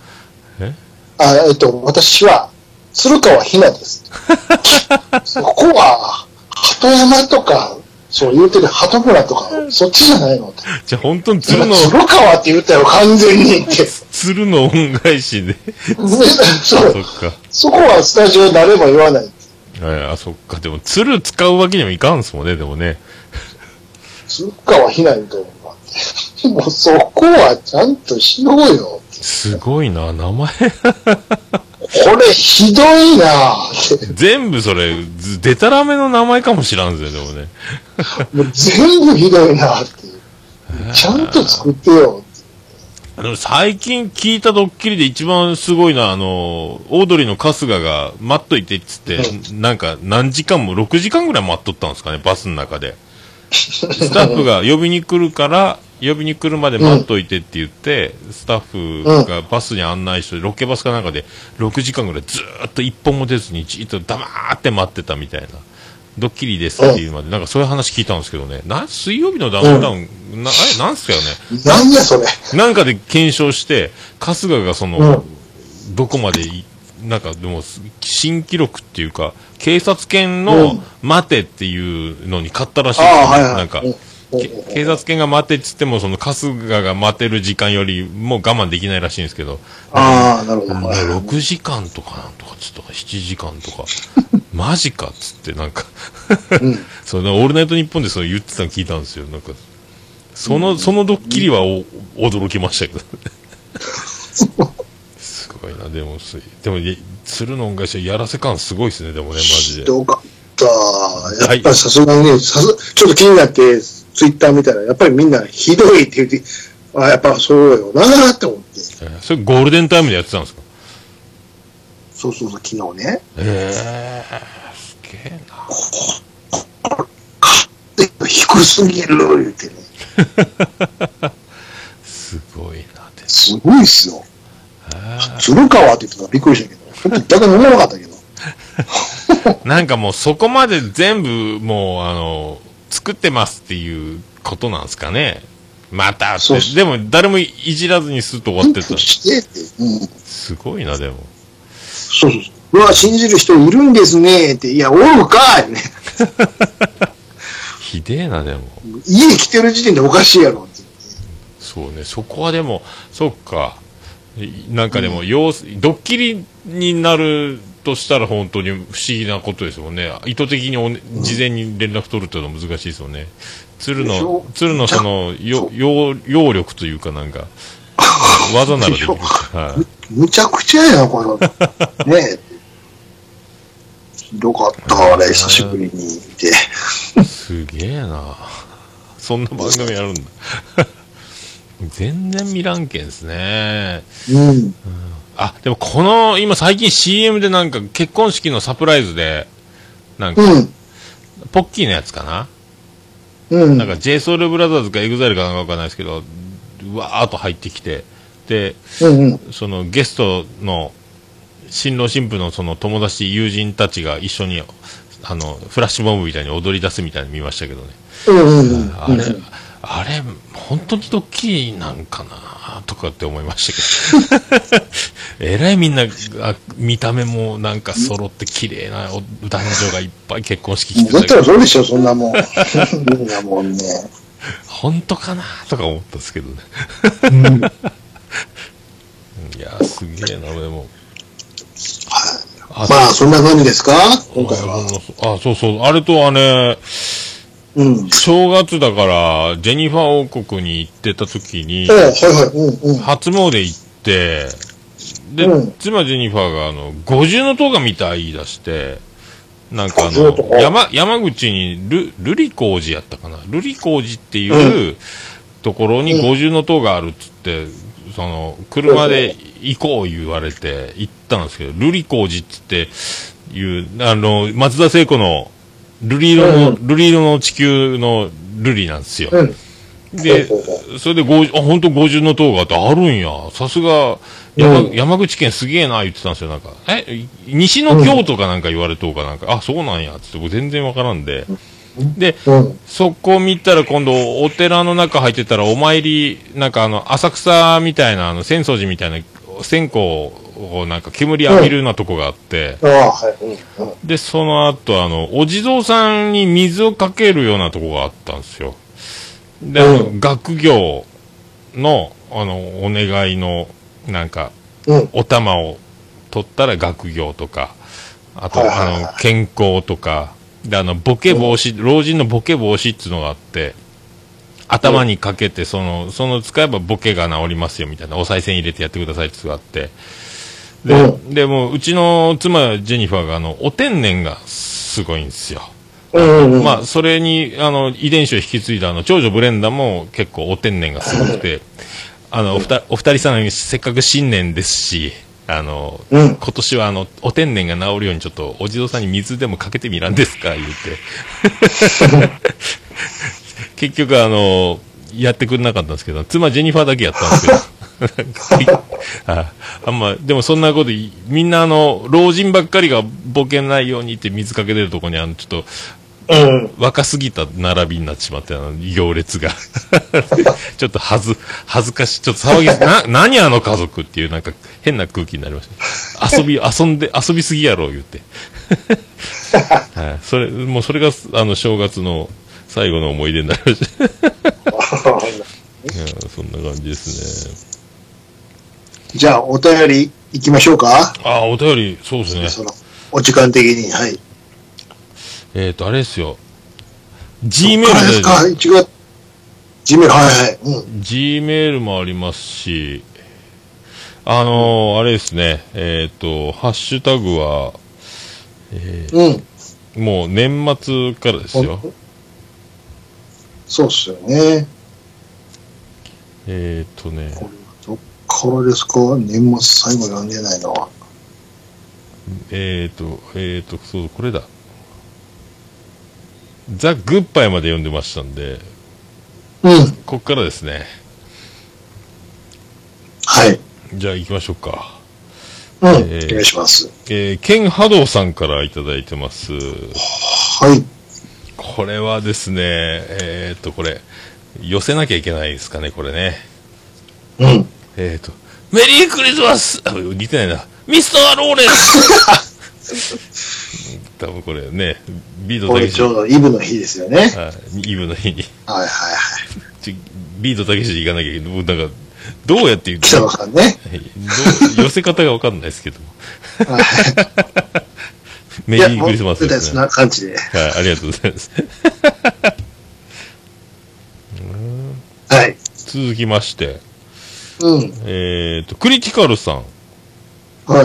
私は、鶴川ひなです。そこは、鳩山とか、そう言うてる鳩村とか、そっちじゃないのって。 じゃあ本当に鶴川って言ったよ、完全にって。 鶴の恩返しで。 そこはスタジオ誰も言わない。 そっか。でも鶴使うわけにもいかんすもんね、でもね。 鶴川ひなみたいなのがあって。もうそこはちゃんとしようよ。 すごいな、名前。 これひどいな全部それ、デタラメの名前かもしらんぜ、でもね。 もう全部ひどいなっていう。ちゃんと作ってよって。最近聞いたドッキリで一番すごいな、オードリーの春日が待っといてっつって、なんか何時間も6時間ぐらい待っとったんですかね、バスの中で。スタッフが呼びに来るから、 呼びに来るまで待っといてって言って、スタッフがバスに案内して、ロケバスかなんかで6時間ぐらいずーっと一本も出ずにじっと黙って待ってたみたいな。ドッキリですっていうまで、なんかそういう話聞いたんですけどね。水曜日のダウンタウン、なんすかよね。 なんやそれ。 なんかで検証して、春日がその、どこまでなんかでも、新記録っていうか、警察犬の待てっていうのに勝ったらしいですね。なんか、警察犬が待てって言っても、その春日が待てる時間よりも我慢できないらしいんですけど。 ああ、なるほど。 6時間とかなんとかつったか、7時間とか。マジかっつってなんかそのオールナイトニッポンでそう言ってたの聞いたんですよ。なんかそのドッキリは驚きましたけどすごいな。でも鶴の恩返しやらせ感すごいですね。でもね、マジでどうかったやっぱりさすがにね、ちょっと気になってツイッター見たらやっぱりみんなひどいって言ってやっぱそうよなーって思って、 それゴールデンタイムでやってたんですか。 そう昨日ね。 すげえな。低すぎる言ってね。 すごいな。 すごいっすよ。鶴川って言ってたらびっくりしたけど、逆に思わなかったけど。 なんかもうそこまで全部もう作ってますっていうことなんですかね。またってでも誰もいじらずにスッと終わってた。すごいな。でも。 うわ、信じる人いるんですねって、いや、おるかーね。 ひでえな、でも。 家来てる時点でおかしいやろって。 そうね、そこはでも、そっか。なんかでも、ドッキリになるとしたら本当に不思議なことですもんね。意図的に事前に連絡取るっていうのは難しいですよね。鶴のその、揚力というかなんか、技ならできる。 むちゃくちゃやな、この。ねえ。ひどかったあれ、久しぶりに見て。 すげえな。そんな番組やるんだ。全然見らんけんですね。でも今最近 CM でなんか結婚式のサプライズで、なんか、ポッキーのやつかな。なんか JSOULBROTHERS か EXILE かなんかわかんないですけど、わーっと入ってきて、で、そのゲストの新郎新婦のその友達友人たちが一緒にフラッシュモブみたいに踊り出すみたいに見ましたけどね。あれ本当にドッキリなんかなとかって思いましたけどえらいみんな見た目もなんか揃って綺麗な男女がいっぱい結婚式来てたけど、だったらそうでしょ、そんなもんみんなもんね。 本当かなとか思ったんですけどねいやすげえな。でもまあそんな感じですか今回は。 そうあれとはね、正月だからジェニファー王国に行ってた時に初詣行ってで、妻ジェニファーが五重塔が見たい言い出して、なんか山口に瑠璃光寺やったかな、瑠璃光寺っていうところに五重塔があるっつって、その車で行こう言われて行ったんですけど、瑠璃光寺っつっていう松田聖子の瑠璃色の地球の瑠璃なんですよ。で、それで本当五重塔があってあるんや。さすが山口県すげえな言ってたんですよ。なんか西の京都かなんか言われとうかなんか、そうなんやっつって僕全然わからんで。で、そこ見たら今度お寺の中入ってたらお参りなんか浅草みたいな浅草寺みたいな線香をなんか煙浴びるようなとこがあって、でその後お地蔵さんに水をかけるようなとこがあったんですよ。で学業のお願いのなんか、お玉を取ったら学業とか、あと健康とかでボケ防止、老人のボケ防止っていうのがあって、頭にかけてその使えばボケが治りますよみたいな、お賽銭入れてやってくださいっていうのがあって、でもうちの妻ジェニファーがお天然がすごいんですよ。まあそれに遺伝子を引き継いだ長女ブレンダも結構お天然がすごくて、お二人さんせっかく新年ですし、今年はお天然が治るようにちょっとお地蔵さんに水でもかけてみらんですか言うて結局やってくれなかったんですけど、妻ジェニファーだけやったんですけど。あんま、でもそんなことみんな老人ばっかりがボケないようにって水かけてるとこにちょっと、若すぎた並びになってしまって、行列が。ちょっと恥ずかしい、ちょっと騒ぎ、何あの家族っていうなんか変な空気になりました。遊びすぎやろ、言って。はい、それが、正月の最後の思い出になりました。いや、そんな感じですね。 じゃあ、お便り行きましょうか。 お便り、そうですね。 お時間的に、はい。 あれですよ。G メールですか。G メール、はいはい。 G メールもありますし、あれですね。ハッシュタグは、もう年末からですよ。 そうっすよね。これどっからですか？年末最後読んでないのは。 そう、これだ。ザ・グッバイまで読んでましたんで、こっからですね。 はい。 じゃあ行きましょうか。 お願いします。 ケン・ハドーさんからいただいてます。 はい。 これはですね、これ、寄せなきゃいけないですかね、これね。メリークリスマス似てないな。ミスター・ローレンス多分これね、ビートたけし。 ちょうどイブの日ですよね。 イブの日に。 はいはいはい。 ビートたけしで行かなきゃいけない。なんか、どうやって言う北野さんね。 寄せ方がわかんないですけども。メリークリスマスですね。 そんな感じで。 はい、ありがとうございます。 はい。 続きまして。クリティカルさん。 はい。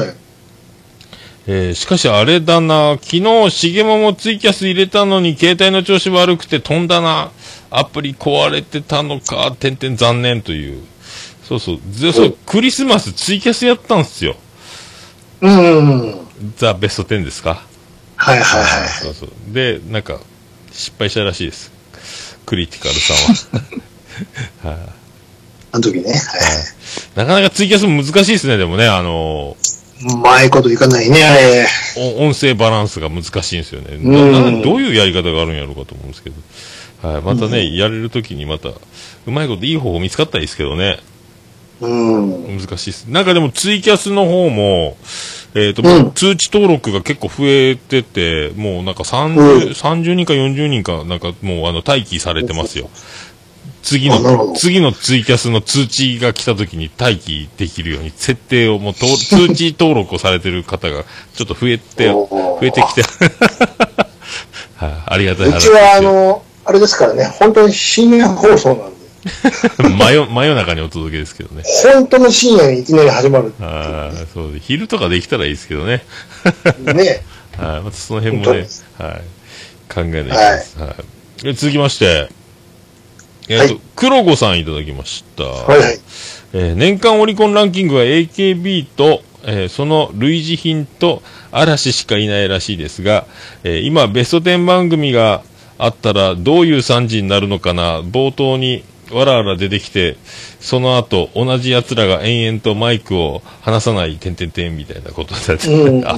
しかしあれだな、昨日、しげももツイキャス入れたのに、携帯の調子悪くて飛んだな、アプリ壊れてたのか、残念という。そうそう、クリスマスツイキャスやったんすよ。ザ・ベスト10ですか？ はいはいはい。 そうそう。で、なんか、失敗したらしいです。クリティカルさんは。はい。 あの時ね。はい。 なかなかツイキャスも難しいですね、でもね、 うまいこといかないね、あれ。 音声バランスが難しいんですよね。どういうやり方があるんやろうかと思うんですけど。はい。またね、やれるときにまた、うまいこといい方法見つかったらいいですけどね。難しいです。なんかでもツイキャスの方も、通知登録が結構増えてて、もうなんか30人か40人か、なんかもう待機されてますよ。次のツイキャスの通知が来た時に待機できるように設定を通知登録をされてる方がちょっと増えてきてありがたい話ですよ。 うちはあれですからね、本当に深夜放送なんで。 真夜中にお届けですけどね。 本当の深夜にいきなり始まる。 そうで、昼とかできたらいいですけどね。 ね。 またその辺もね、考えないといけないです。続きまして、黒子さんいただきました。年間オリコンランキングは AKB と、その類似品と嵐しかいないらしいですが、今ベスト10番組があったらどういう惨事になるのかな。冒頭にわらわら出てきて、その後同じ奴らが延々とマイクを離さないみたいなことだって、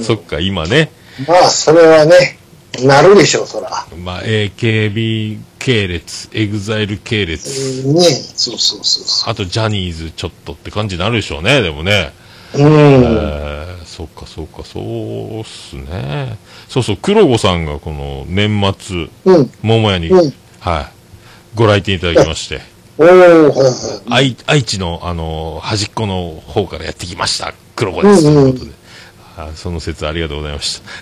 そっか、今ね。 まあ、それはね、なるでしょう、そら。 まあ、AKB 系列、EXILE 系列。 ね、そう。 あと、ジャニーズちょっとって感じになるでしょうね、でもね。そうか、そうっすね。そう、黒子さんがこの年末、桃屋に、ご来店いただきまして。愛知の、端っこの方からやってきました。黒子です。ということで。その説ありがとうございました。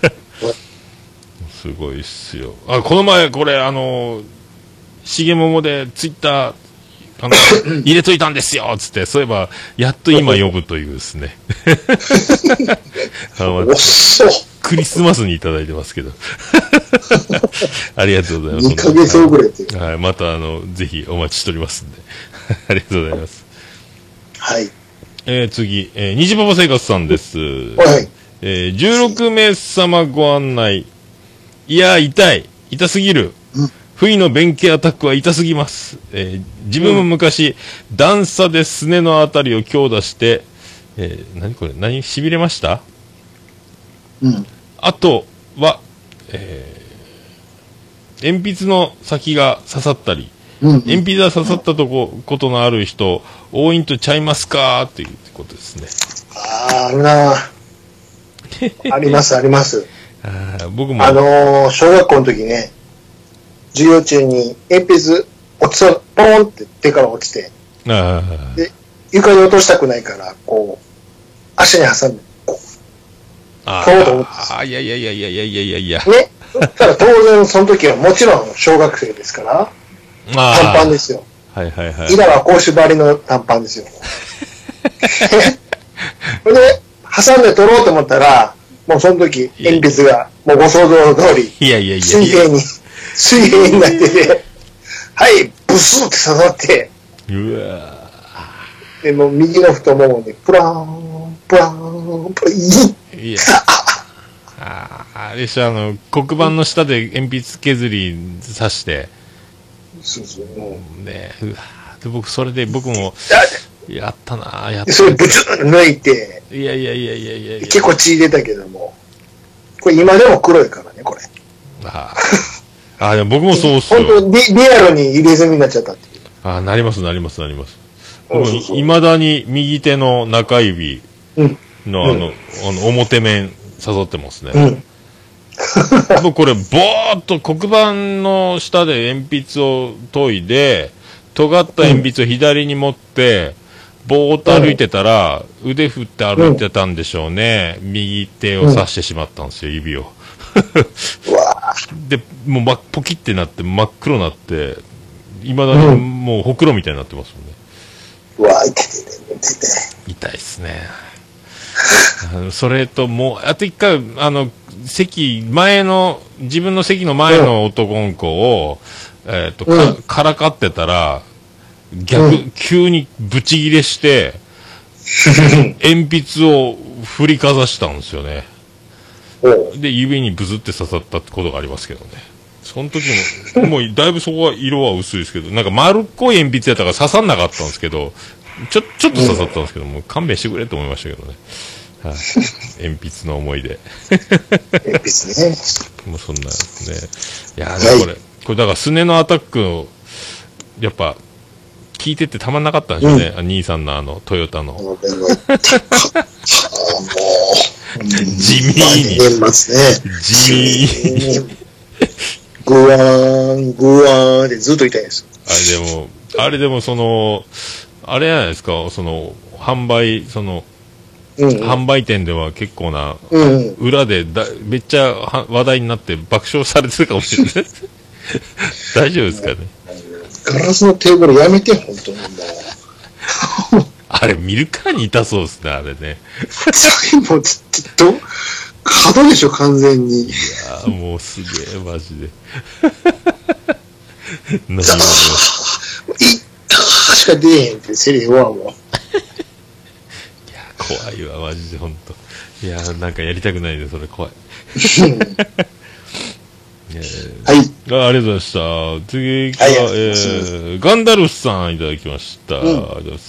すごいっすよ。この前、これ、しげももでツイッター、入れといたんですよつって、そういえば、やっと今呼ぶというですね。クリスマスにいただいてますけど。ありがとうございます。 2ヶ月遅れて。 はい、また、ぜひお待ちしておりますんで。ありがとうございます。 はい。 次、虹パパ生活さんです。16名様ご案内。いや、痛すぎる。 不意の弁慶アタックは痛すぎます。自分も昔、段差ですねのあたりを強打して、何これ痺れました？ うん。 あとは、鉛筆の先が刺さったり、鉛筆が刺さったことのある人、多いんとちゃいますかっていうことですね。 あるなあります、あります。 僕も。 小学校の時ね、授業中に鉛筆落ちそう、ポーンって手から落ちて、で、床に落としたくないから、こう、足に挟んで、こう、取ろうと思って。 いや。 ね。ただ当然その時はもちろん小学生ですから、短パンですよ。 はい。 今は格子張りの短パンですよ。それで、挟んで取ろうと思ったら、もうその時、鉛筆が、もうご想像の通り、水平になってて、はい、ブスって刺さって、 うわで、もう右の太ももに、プラーン、プラーン、プラーン、 いや。あれし黒板の下で鉛筆削り刺して、ねで僕も、やったなそれブツッと抜いて、 いや。 結構血出たけども、これ今でも黒いからね、これ。 でも僕もそうっすよ。 本当リアルに入れ墨になっちゃったっていう。 なります。未だに右手の中指の表面刺さってますね。僕これ、ぼーっと黒板の下で鉛筆を研いで、尖った鉛筆を左に持って、ぼーっと歩いてたら、腕振って歩いてたんでしょうね。右手を刺してしまったんですよ、指を。で、もうポキってなって真っ黒になって、未だにもうほくろみたいになってますもんね。痛いっすね。それともう、あと一回、自分の席の前の男の子を、からかってたら、急にブチギレして、鉛筆を振りかざしたんですよね。で、指にブズって刺さったことがありますけどね。その時も、もうだいぶそこは色は薄いですけど、なんか丸っこい鉛筆やったから刺さんなかったんですけど、ちょっと刺さったんですけど、もう勘弁してくれと思いましたけどね。鉛筆の思い出。 鉛筆ね。 もうそんなですね。いやこれだからすねのアタックを、やっぱ、聞いててたまんなかったんでしょうね。兄さんのトヨタの。地味に。 年末ね。 地味に。 グワーンでずっと痛いです。 あれでもあれじゃないですか、販売店では結構な、裏でめっちゃ話題になって爆笑されてるかもしれない。大丈夫ですかね。 ガラスのテーブルやめて、本当にもう。 あれ、見るからに痛そうですね、あれね。 もう、角でしょ、完全に。いやもうすげえ、マジで。何もいったーしか出えへんってセリフはもう。いや、 怖いわ、マジで、ほんと。いや、なんかやりたくないね、それ、怖い。 はい。 ありがとうございました。次が、ガンダルフさんいただきました。ありがとうございます。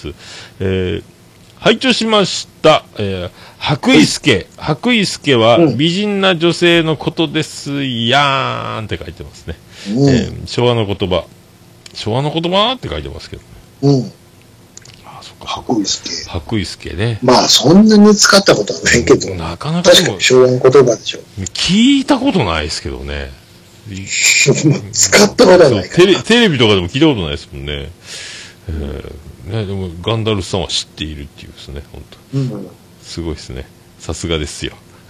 拝聴しました。白衣助は美人な女性のことですやーんって書いてますね。昭和の言葉って書いてますけどね。そっか。 白衣助ね。 まあ、そんなに使ったことはないけど。 なかなか確かに昭和の言葉でしょ。 聞いたことないですけどね。 使ったことはないから。 テレビとかでも聞いたことないですもんね。ね、でもガンダルフさんは知っているっていうですね、本当。すごいですね。さすがですよ。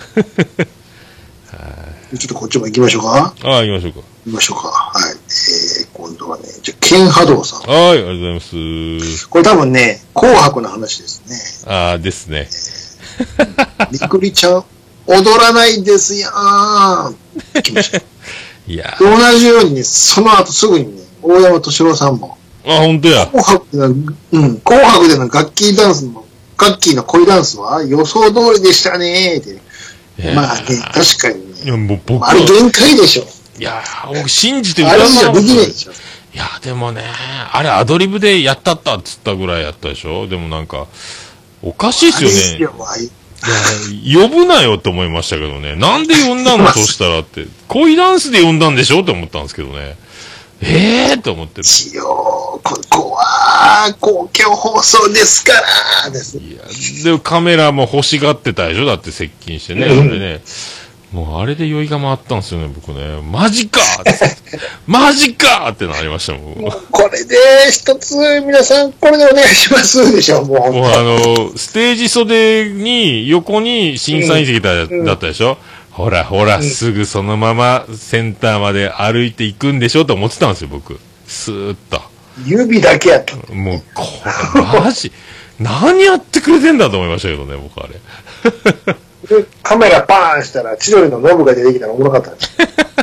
ちょっとこっちも行きましょうか。 行きましょうか。 はい。今度はね、ケンハドーさん。 はい、ありがとうございます。 これ多分ね、紅白の話ですね。 ですね。 みくりちゃん、踊らないですよーん。行きましょう。 いや同じようにね、その後すぐにね、大山敏郎さんも。 本当や。 紅白でのガッキーの恋ダンスは予想通りでしたねーって。まあね、確かにね。 いや、もう僕あれ限界でしょ。 いやー、僕信じてあれじゃできないでしょ。 いや、でもね、あれアドリブでやったったっつったぐらいやったでしょ。でもなんか、おかしいっすよね。いや、呼ぶなよって思いましたけどね。なんで呼んだのそうしたらって。恋ダンスで呼んだんでしょって思ったんですけどね。って思ってる。 一応、ここは、公共放送ですからです。 いや、でもカメラも欲しがってたでしょだって接近してね。あれね。もうあれで酔いが回ったんですよね、僕ね。マジかマジかってなりましたもん。 これで一つ、皆さん、これでお願いしますでしょ、もうステージ袖に、横に審査員席だったでしょ、ほら、すぐそのままセンターまで歩いていくんでしょと思ってたんですよ、僕。スーッと。 指だけやった。 もう、これ、マジ、何やってくれてんだと思いましたけどね、僕あれ。 でカメラパーンしたら千鳥のノブが出てきたらおもろかったんです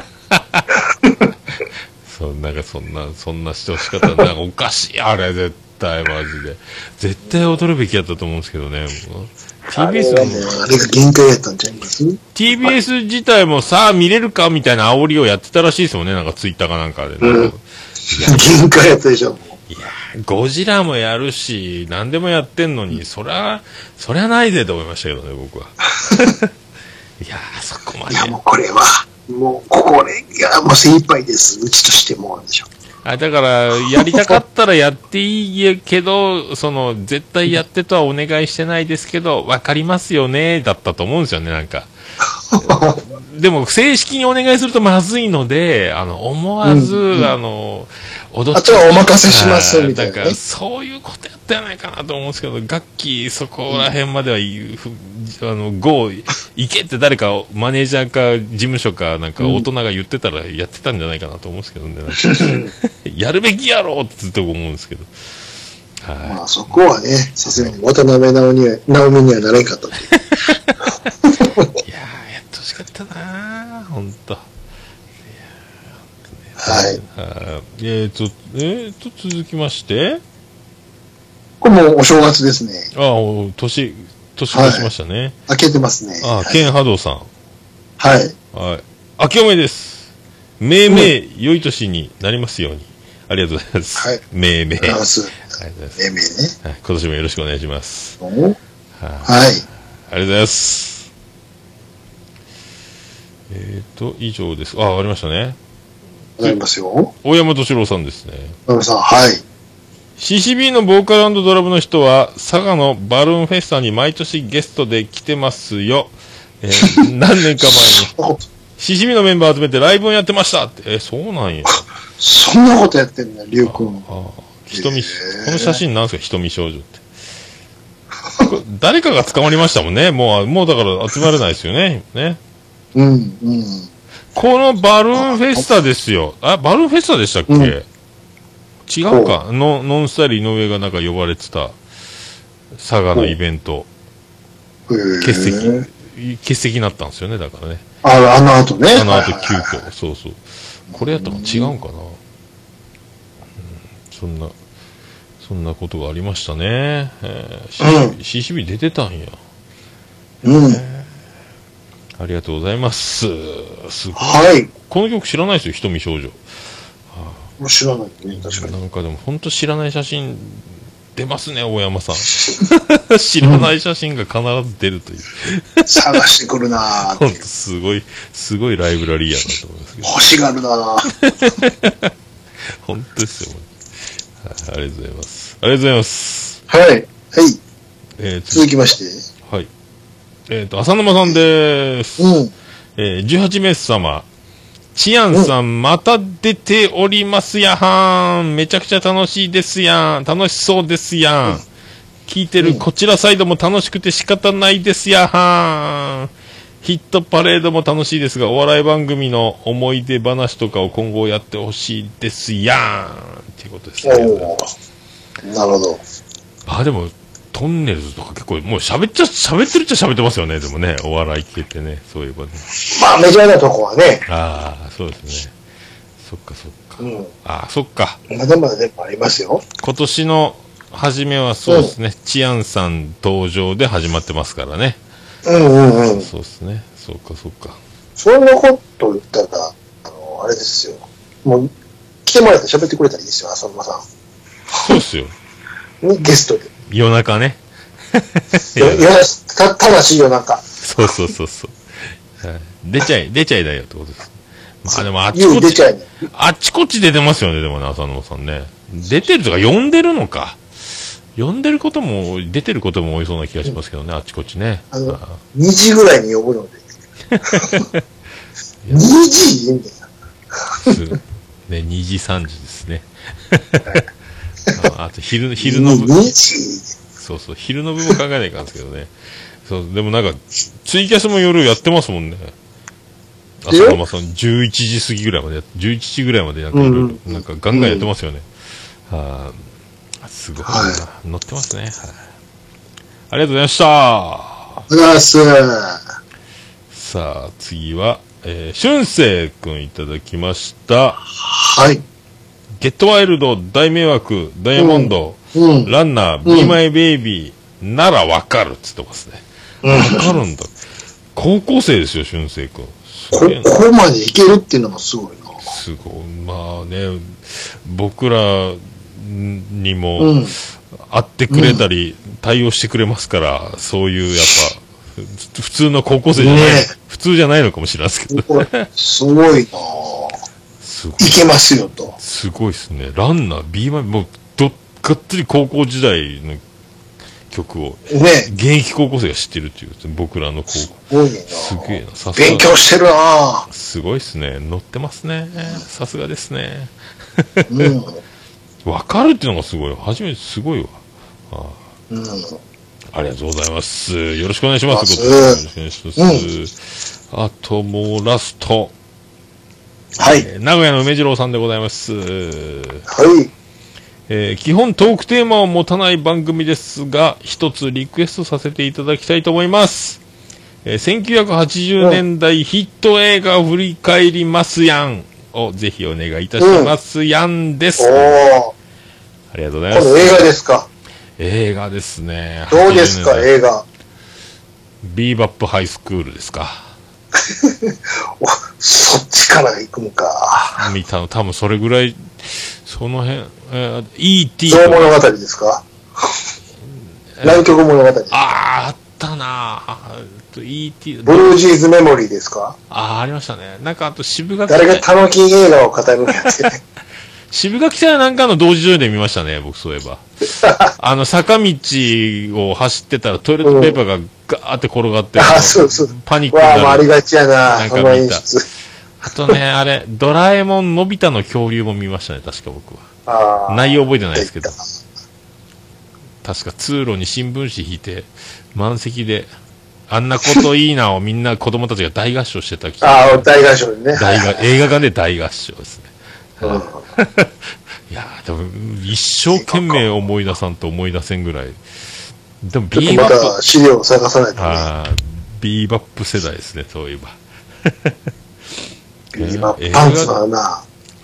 なんかそんなしてほしかった。なんかおかしい、あれ、絶対、マジで。絶対踊るべきやったと思うんですけどね。TBS あれが限界やったんちゃいます ?TBS 自体もさあ見れるかみたいな煽りをやってたらしいですもんね。なんかツイッターかなんかで。 限界やったでしょ。 いや、ゴジラもやるし、何でもやってんのに、そりゃないぜと思いましたけどね、僕は。いやそこまで。 いや、もうこれは、もう、これがもう精一杯です。うちとしてもでしょ。 だから、やりたかったらやっていいけど、絶対やってとはお願いしてないですけど、わかりますよね、だったと思うんですよね、なんか。でも、正式にお願いするとまずいので、思わず、踊って。 あとはお任せします、みたいな、ね。 だから、そういうことやったんじゃないかなと思うんですけど、楽器、そこら辺までは行けって誰か、マネージャーか、事務所か、なんか、大人が言ってたらやってたんじゃないかなと思うんですけどね。やるべきやろってずっと思うんですけど。 まあ、そこはね、さすがに渡辺直美にはなれんかったっていう。 いやー、やってほしかったなー、ほんと。 はい。 続きまして。 これもうお正月ですね。 年越しましたね。 明けてますね。 ケンハドさん。 はい。 はい。明けおめです。めいめい、良い年になりますように。ありがとうございます。はい。めいめい。ありがとうございます。めいめいね。はい。今年もよろしくお願いします。 はい。ありがとうございます。以上です。終わりましたね。 ありますよ。 大山敏郎さんですね。 大山さん、はい。 CCB のボーカル&ドラムの人は、佐賀のバルーンフェスタに毎年ゲストで来てますよ。何年か前に。CCB のメンバー集めてライブをやってましたって。そうなんや。 そんなことやってんだ、りゅうくん。 この写真なんですか、瞳少女って。誰かが捕まりましたもんね。もうだから集まれないですよね。ね。このバルーンフェスタですよ。バルーンフェスタでしたっけ、違うか。ノンスタイル井上がなんか呼ばれてた佐賀のイベント。欠席になったんですよね、だからね。 あの後ね。 急遽。そうそう。これやったら違うんかな。そんなことがありましたね。CCB 出てたんや。ありがとうございます。すごい。はい。この曲知らないですよ、瞳少女。 知らないね、確かに。 なんかでも本当知らない写真出ますね、大山さん。知らない写真が必ず出るという。 探してくるなぁ。 本当すごいライブラリーやなと思いますけど。 欲しがるなぁ。 本当ですよ。ありがとうございます。ありがとうございます。 はい。はい。続きまして。 はい。浅沼さんでーす。18名様。チアンさん、また出ておりますやはん。めちゃくちゃ楽しいですやん。楽しそうですやん。聞いてるこちらサイドも楽しくて仕方ないですやはん。ヒットパレードも楽しいですが、お笑い番組の思い出話とかを今後やってほしいですやん。っていうことですね。 なるほど。 でも、トンネルズとか結構、もう喋ってるっちゃ喋ってますよね、でもね、お笑い系ってね、そういえばね。 まあ、メジャーなとこはね。 そうですね。そっか。そっか。 まだまだでもありますよ。 今年の初めはそうですね、チアンさん登場で始まってますからね。そうですね。そっか。 そんなこと言ったら、 あれですよ。もう、来てもらって喋ってくれたらいいですよ、浅沼さん。 そうっすよ。 ね、ゲストで。 夜中ね。 ただし夜中。 そうそうそうそう。はい、出ちゃいだよってことです。まあでもあっちこっち、あっちこっち出てますよね、でもね、浅沼さんね。出てるとか呼んでるのか。呼んでることも、出てることも多いそうな気がしますけどね、あっちこっちね。 2時ぐらいに呼ぶので。2時みたいな。 ね、2時3時ですね。あと昼の部分。そうそう、昼の部分考えないかんですけどね。そう、でもなんか、ツイキャスも夜やってますもんね。浅沼さん、11時過ぎぐらいまで、11時ぐらいまでなんかいろいろ、なんかガンガンやってますよね。すごいな、はい、乗ってますね。はい。ありがとうございました。 ありがとうございます。 さあ、次は、俊生くんいただきました。 はい。 ゲットワイルド、大迷惑、ダイヤモンド、ランナー、Be My Baby、ならわかるっつってますね。わかるんだ。高校生ですよ、俊生くん。 ここまでいけるっていうのもすごいな。 すごい。まあね、僕らにも、会ってくれたり、対応してくれますから、そういう、やっぱ、普通の高校生じゃない、普通じゃないのかもしれないですけど。 すごいなすごい。いけますよと。 すごいですね。ランナー、B マン、もう、がっつり高校時代の曲を、現役高校生が知ってるっていう、僕らの高校。すごいなすげえな。さすが。勉強してるなすごいっすね。乗ってますね。さすがですね。わかるっていうのがすごい。初めてすごいわ。ありがとうございます。よろしくお願いします。よろしくお願いします。あともうラスト。 はい。 名古屋の梅次郎さんでございます。 はい。 基本トークテーマを持たない番組ですが、一つリクエストさせていただきたいと思います。1980年代ヒット映画を振り返りますやんをぜひお願いいたしますやんです。ありがとうございます。 これ映画ですか？ 映画ですね。 どうですか、映画。 ビーバップハイスクールですか。 そっちから行くのか。 見たの、多分それぐらい、その辺、E.T. 象物語ですか？南極物語。 あったなぁ。E.T. ブルージーズメモリーですか？ ありましたね。なんかあと渋垣誰がタノキン映画を語るんやってね。 渋垣さんなんかの同時上映で見ましたね、僕そういえば。坂道を走ってたらトイレットペーパーがガーって転がって、 そうそう。 パニックになる。 わあ、ありがちやな、 なんか見た。あとね、あれ、ドラえもんのび太の恐竜も見ましたね、確か僕は。内容覚えてないですけど。確か通路に新聞紙引いて、満席で、あんなこといいなをみんな子供たちが大合唱してた気が。 大合唱でね。 映画館で大合唱ですね。いやでも一生懸命思い出さんと思い出せんぐらい。でもビーバップ、また資料を探さないとね。 ビーバップ世代ですね、そういえば。 ビーバップパンツだな。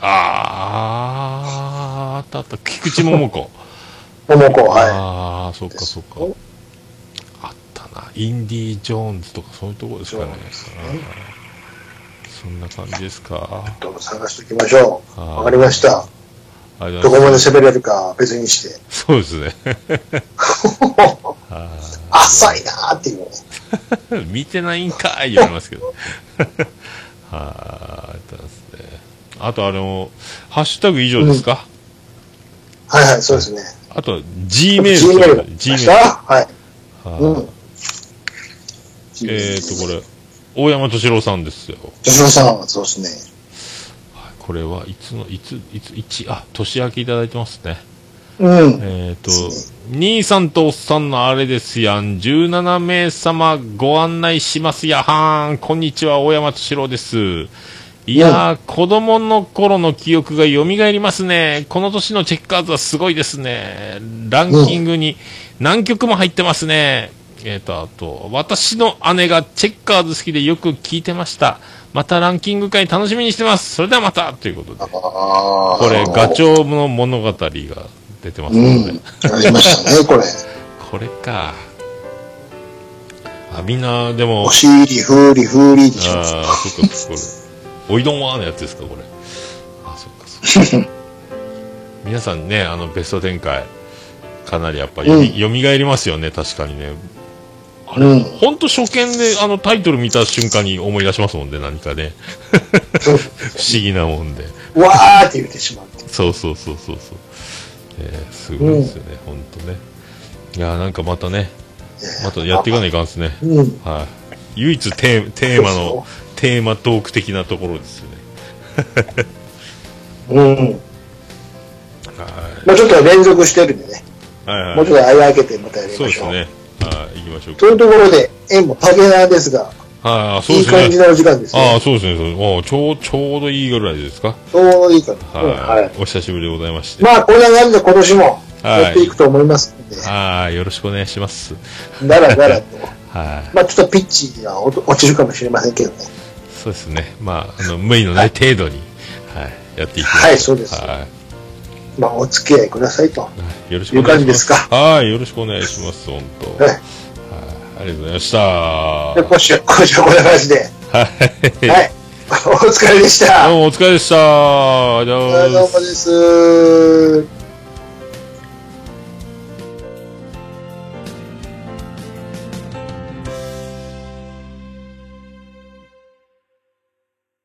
あったあった、菊池桃子。 桃子、はい。そっかそっか。あったな、インディ・ジョーンズとかそういうところですかね。そんな感じですか。 ちょっと探しておきましょう。わかりました。どこまで喋れるか別にして。 そうですね。 浅いなーっていうね。 見てないんかい言われますけど。あとハッシュタグ以上ですか？ はいはい、そうですね。 あと G メール。 G メール。はい。 これ大山敏郎さんですよ。 敏郎さん、そうですね。 これはいつ年明けいただいてますね。兄さんとおっさんのあれですやん。17名様ご案内しますやはーん。こんにちは、大山敏郎です。いやー、子供の頃の記憶が蘇りますね。この年のチェッカーズはすごいですね。ランキングに何曲も入ってますね。あと、私の姉がチェッカーズ好きでよく聞いてました。またランキング会楽しみにしてます。それではまたということで。これ、ガチョウの物語が出てますね。 ありましたね、これ。 これか。みんな、でも。 おしり、ふーり、ふーりでしょ。 そっか、これ。 おいどんはのやつですか、これ。あ、そっか、そっか。皆さんね、ベスト展開、かなりやっぱり、よみがえりますよね、確かにね。あれ、ほんと初見で、タイトル見た瞬間に思い出しますもんね、何かね。不思議なもんで。 わーって言ってしまう。 そう。すごいですよね、ほんとね。いやー、なんかまたね、またやっていかないかんですね。はい。唯一テーマトーク的なところですよね。 まあちょっと連続してるんでね。 はい。 もうちょっと間開けてまたやりましょう。 そうですね。はい、行きましょう。 というところで、縁もパゲナーですが、 そうですね。 いい感じのお時間ですね。 そうですね。ちょうどいいぐらいですか。 ちょうどいいかな。 はい。お久しぶりでございまして。 まあ、こんな感じで今年もやっていくと思いますので。 よろしくお願いします。 だらだらと。まあ、ちょっとピッチが落ちるかもしれませんけどね。 そうですね。まあ、無理のない程度に、やっていきます。 はい、そうです。まあ、お付き合いくださいと。 よろしくお願いします。いう感じですか。よろしくお願いします。本当。ありがとうございました。 今週はこんな感じで。はい。お疲れでした。 どうもお疲れでした。 どうもです。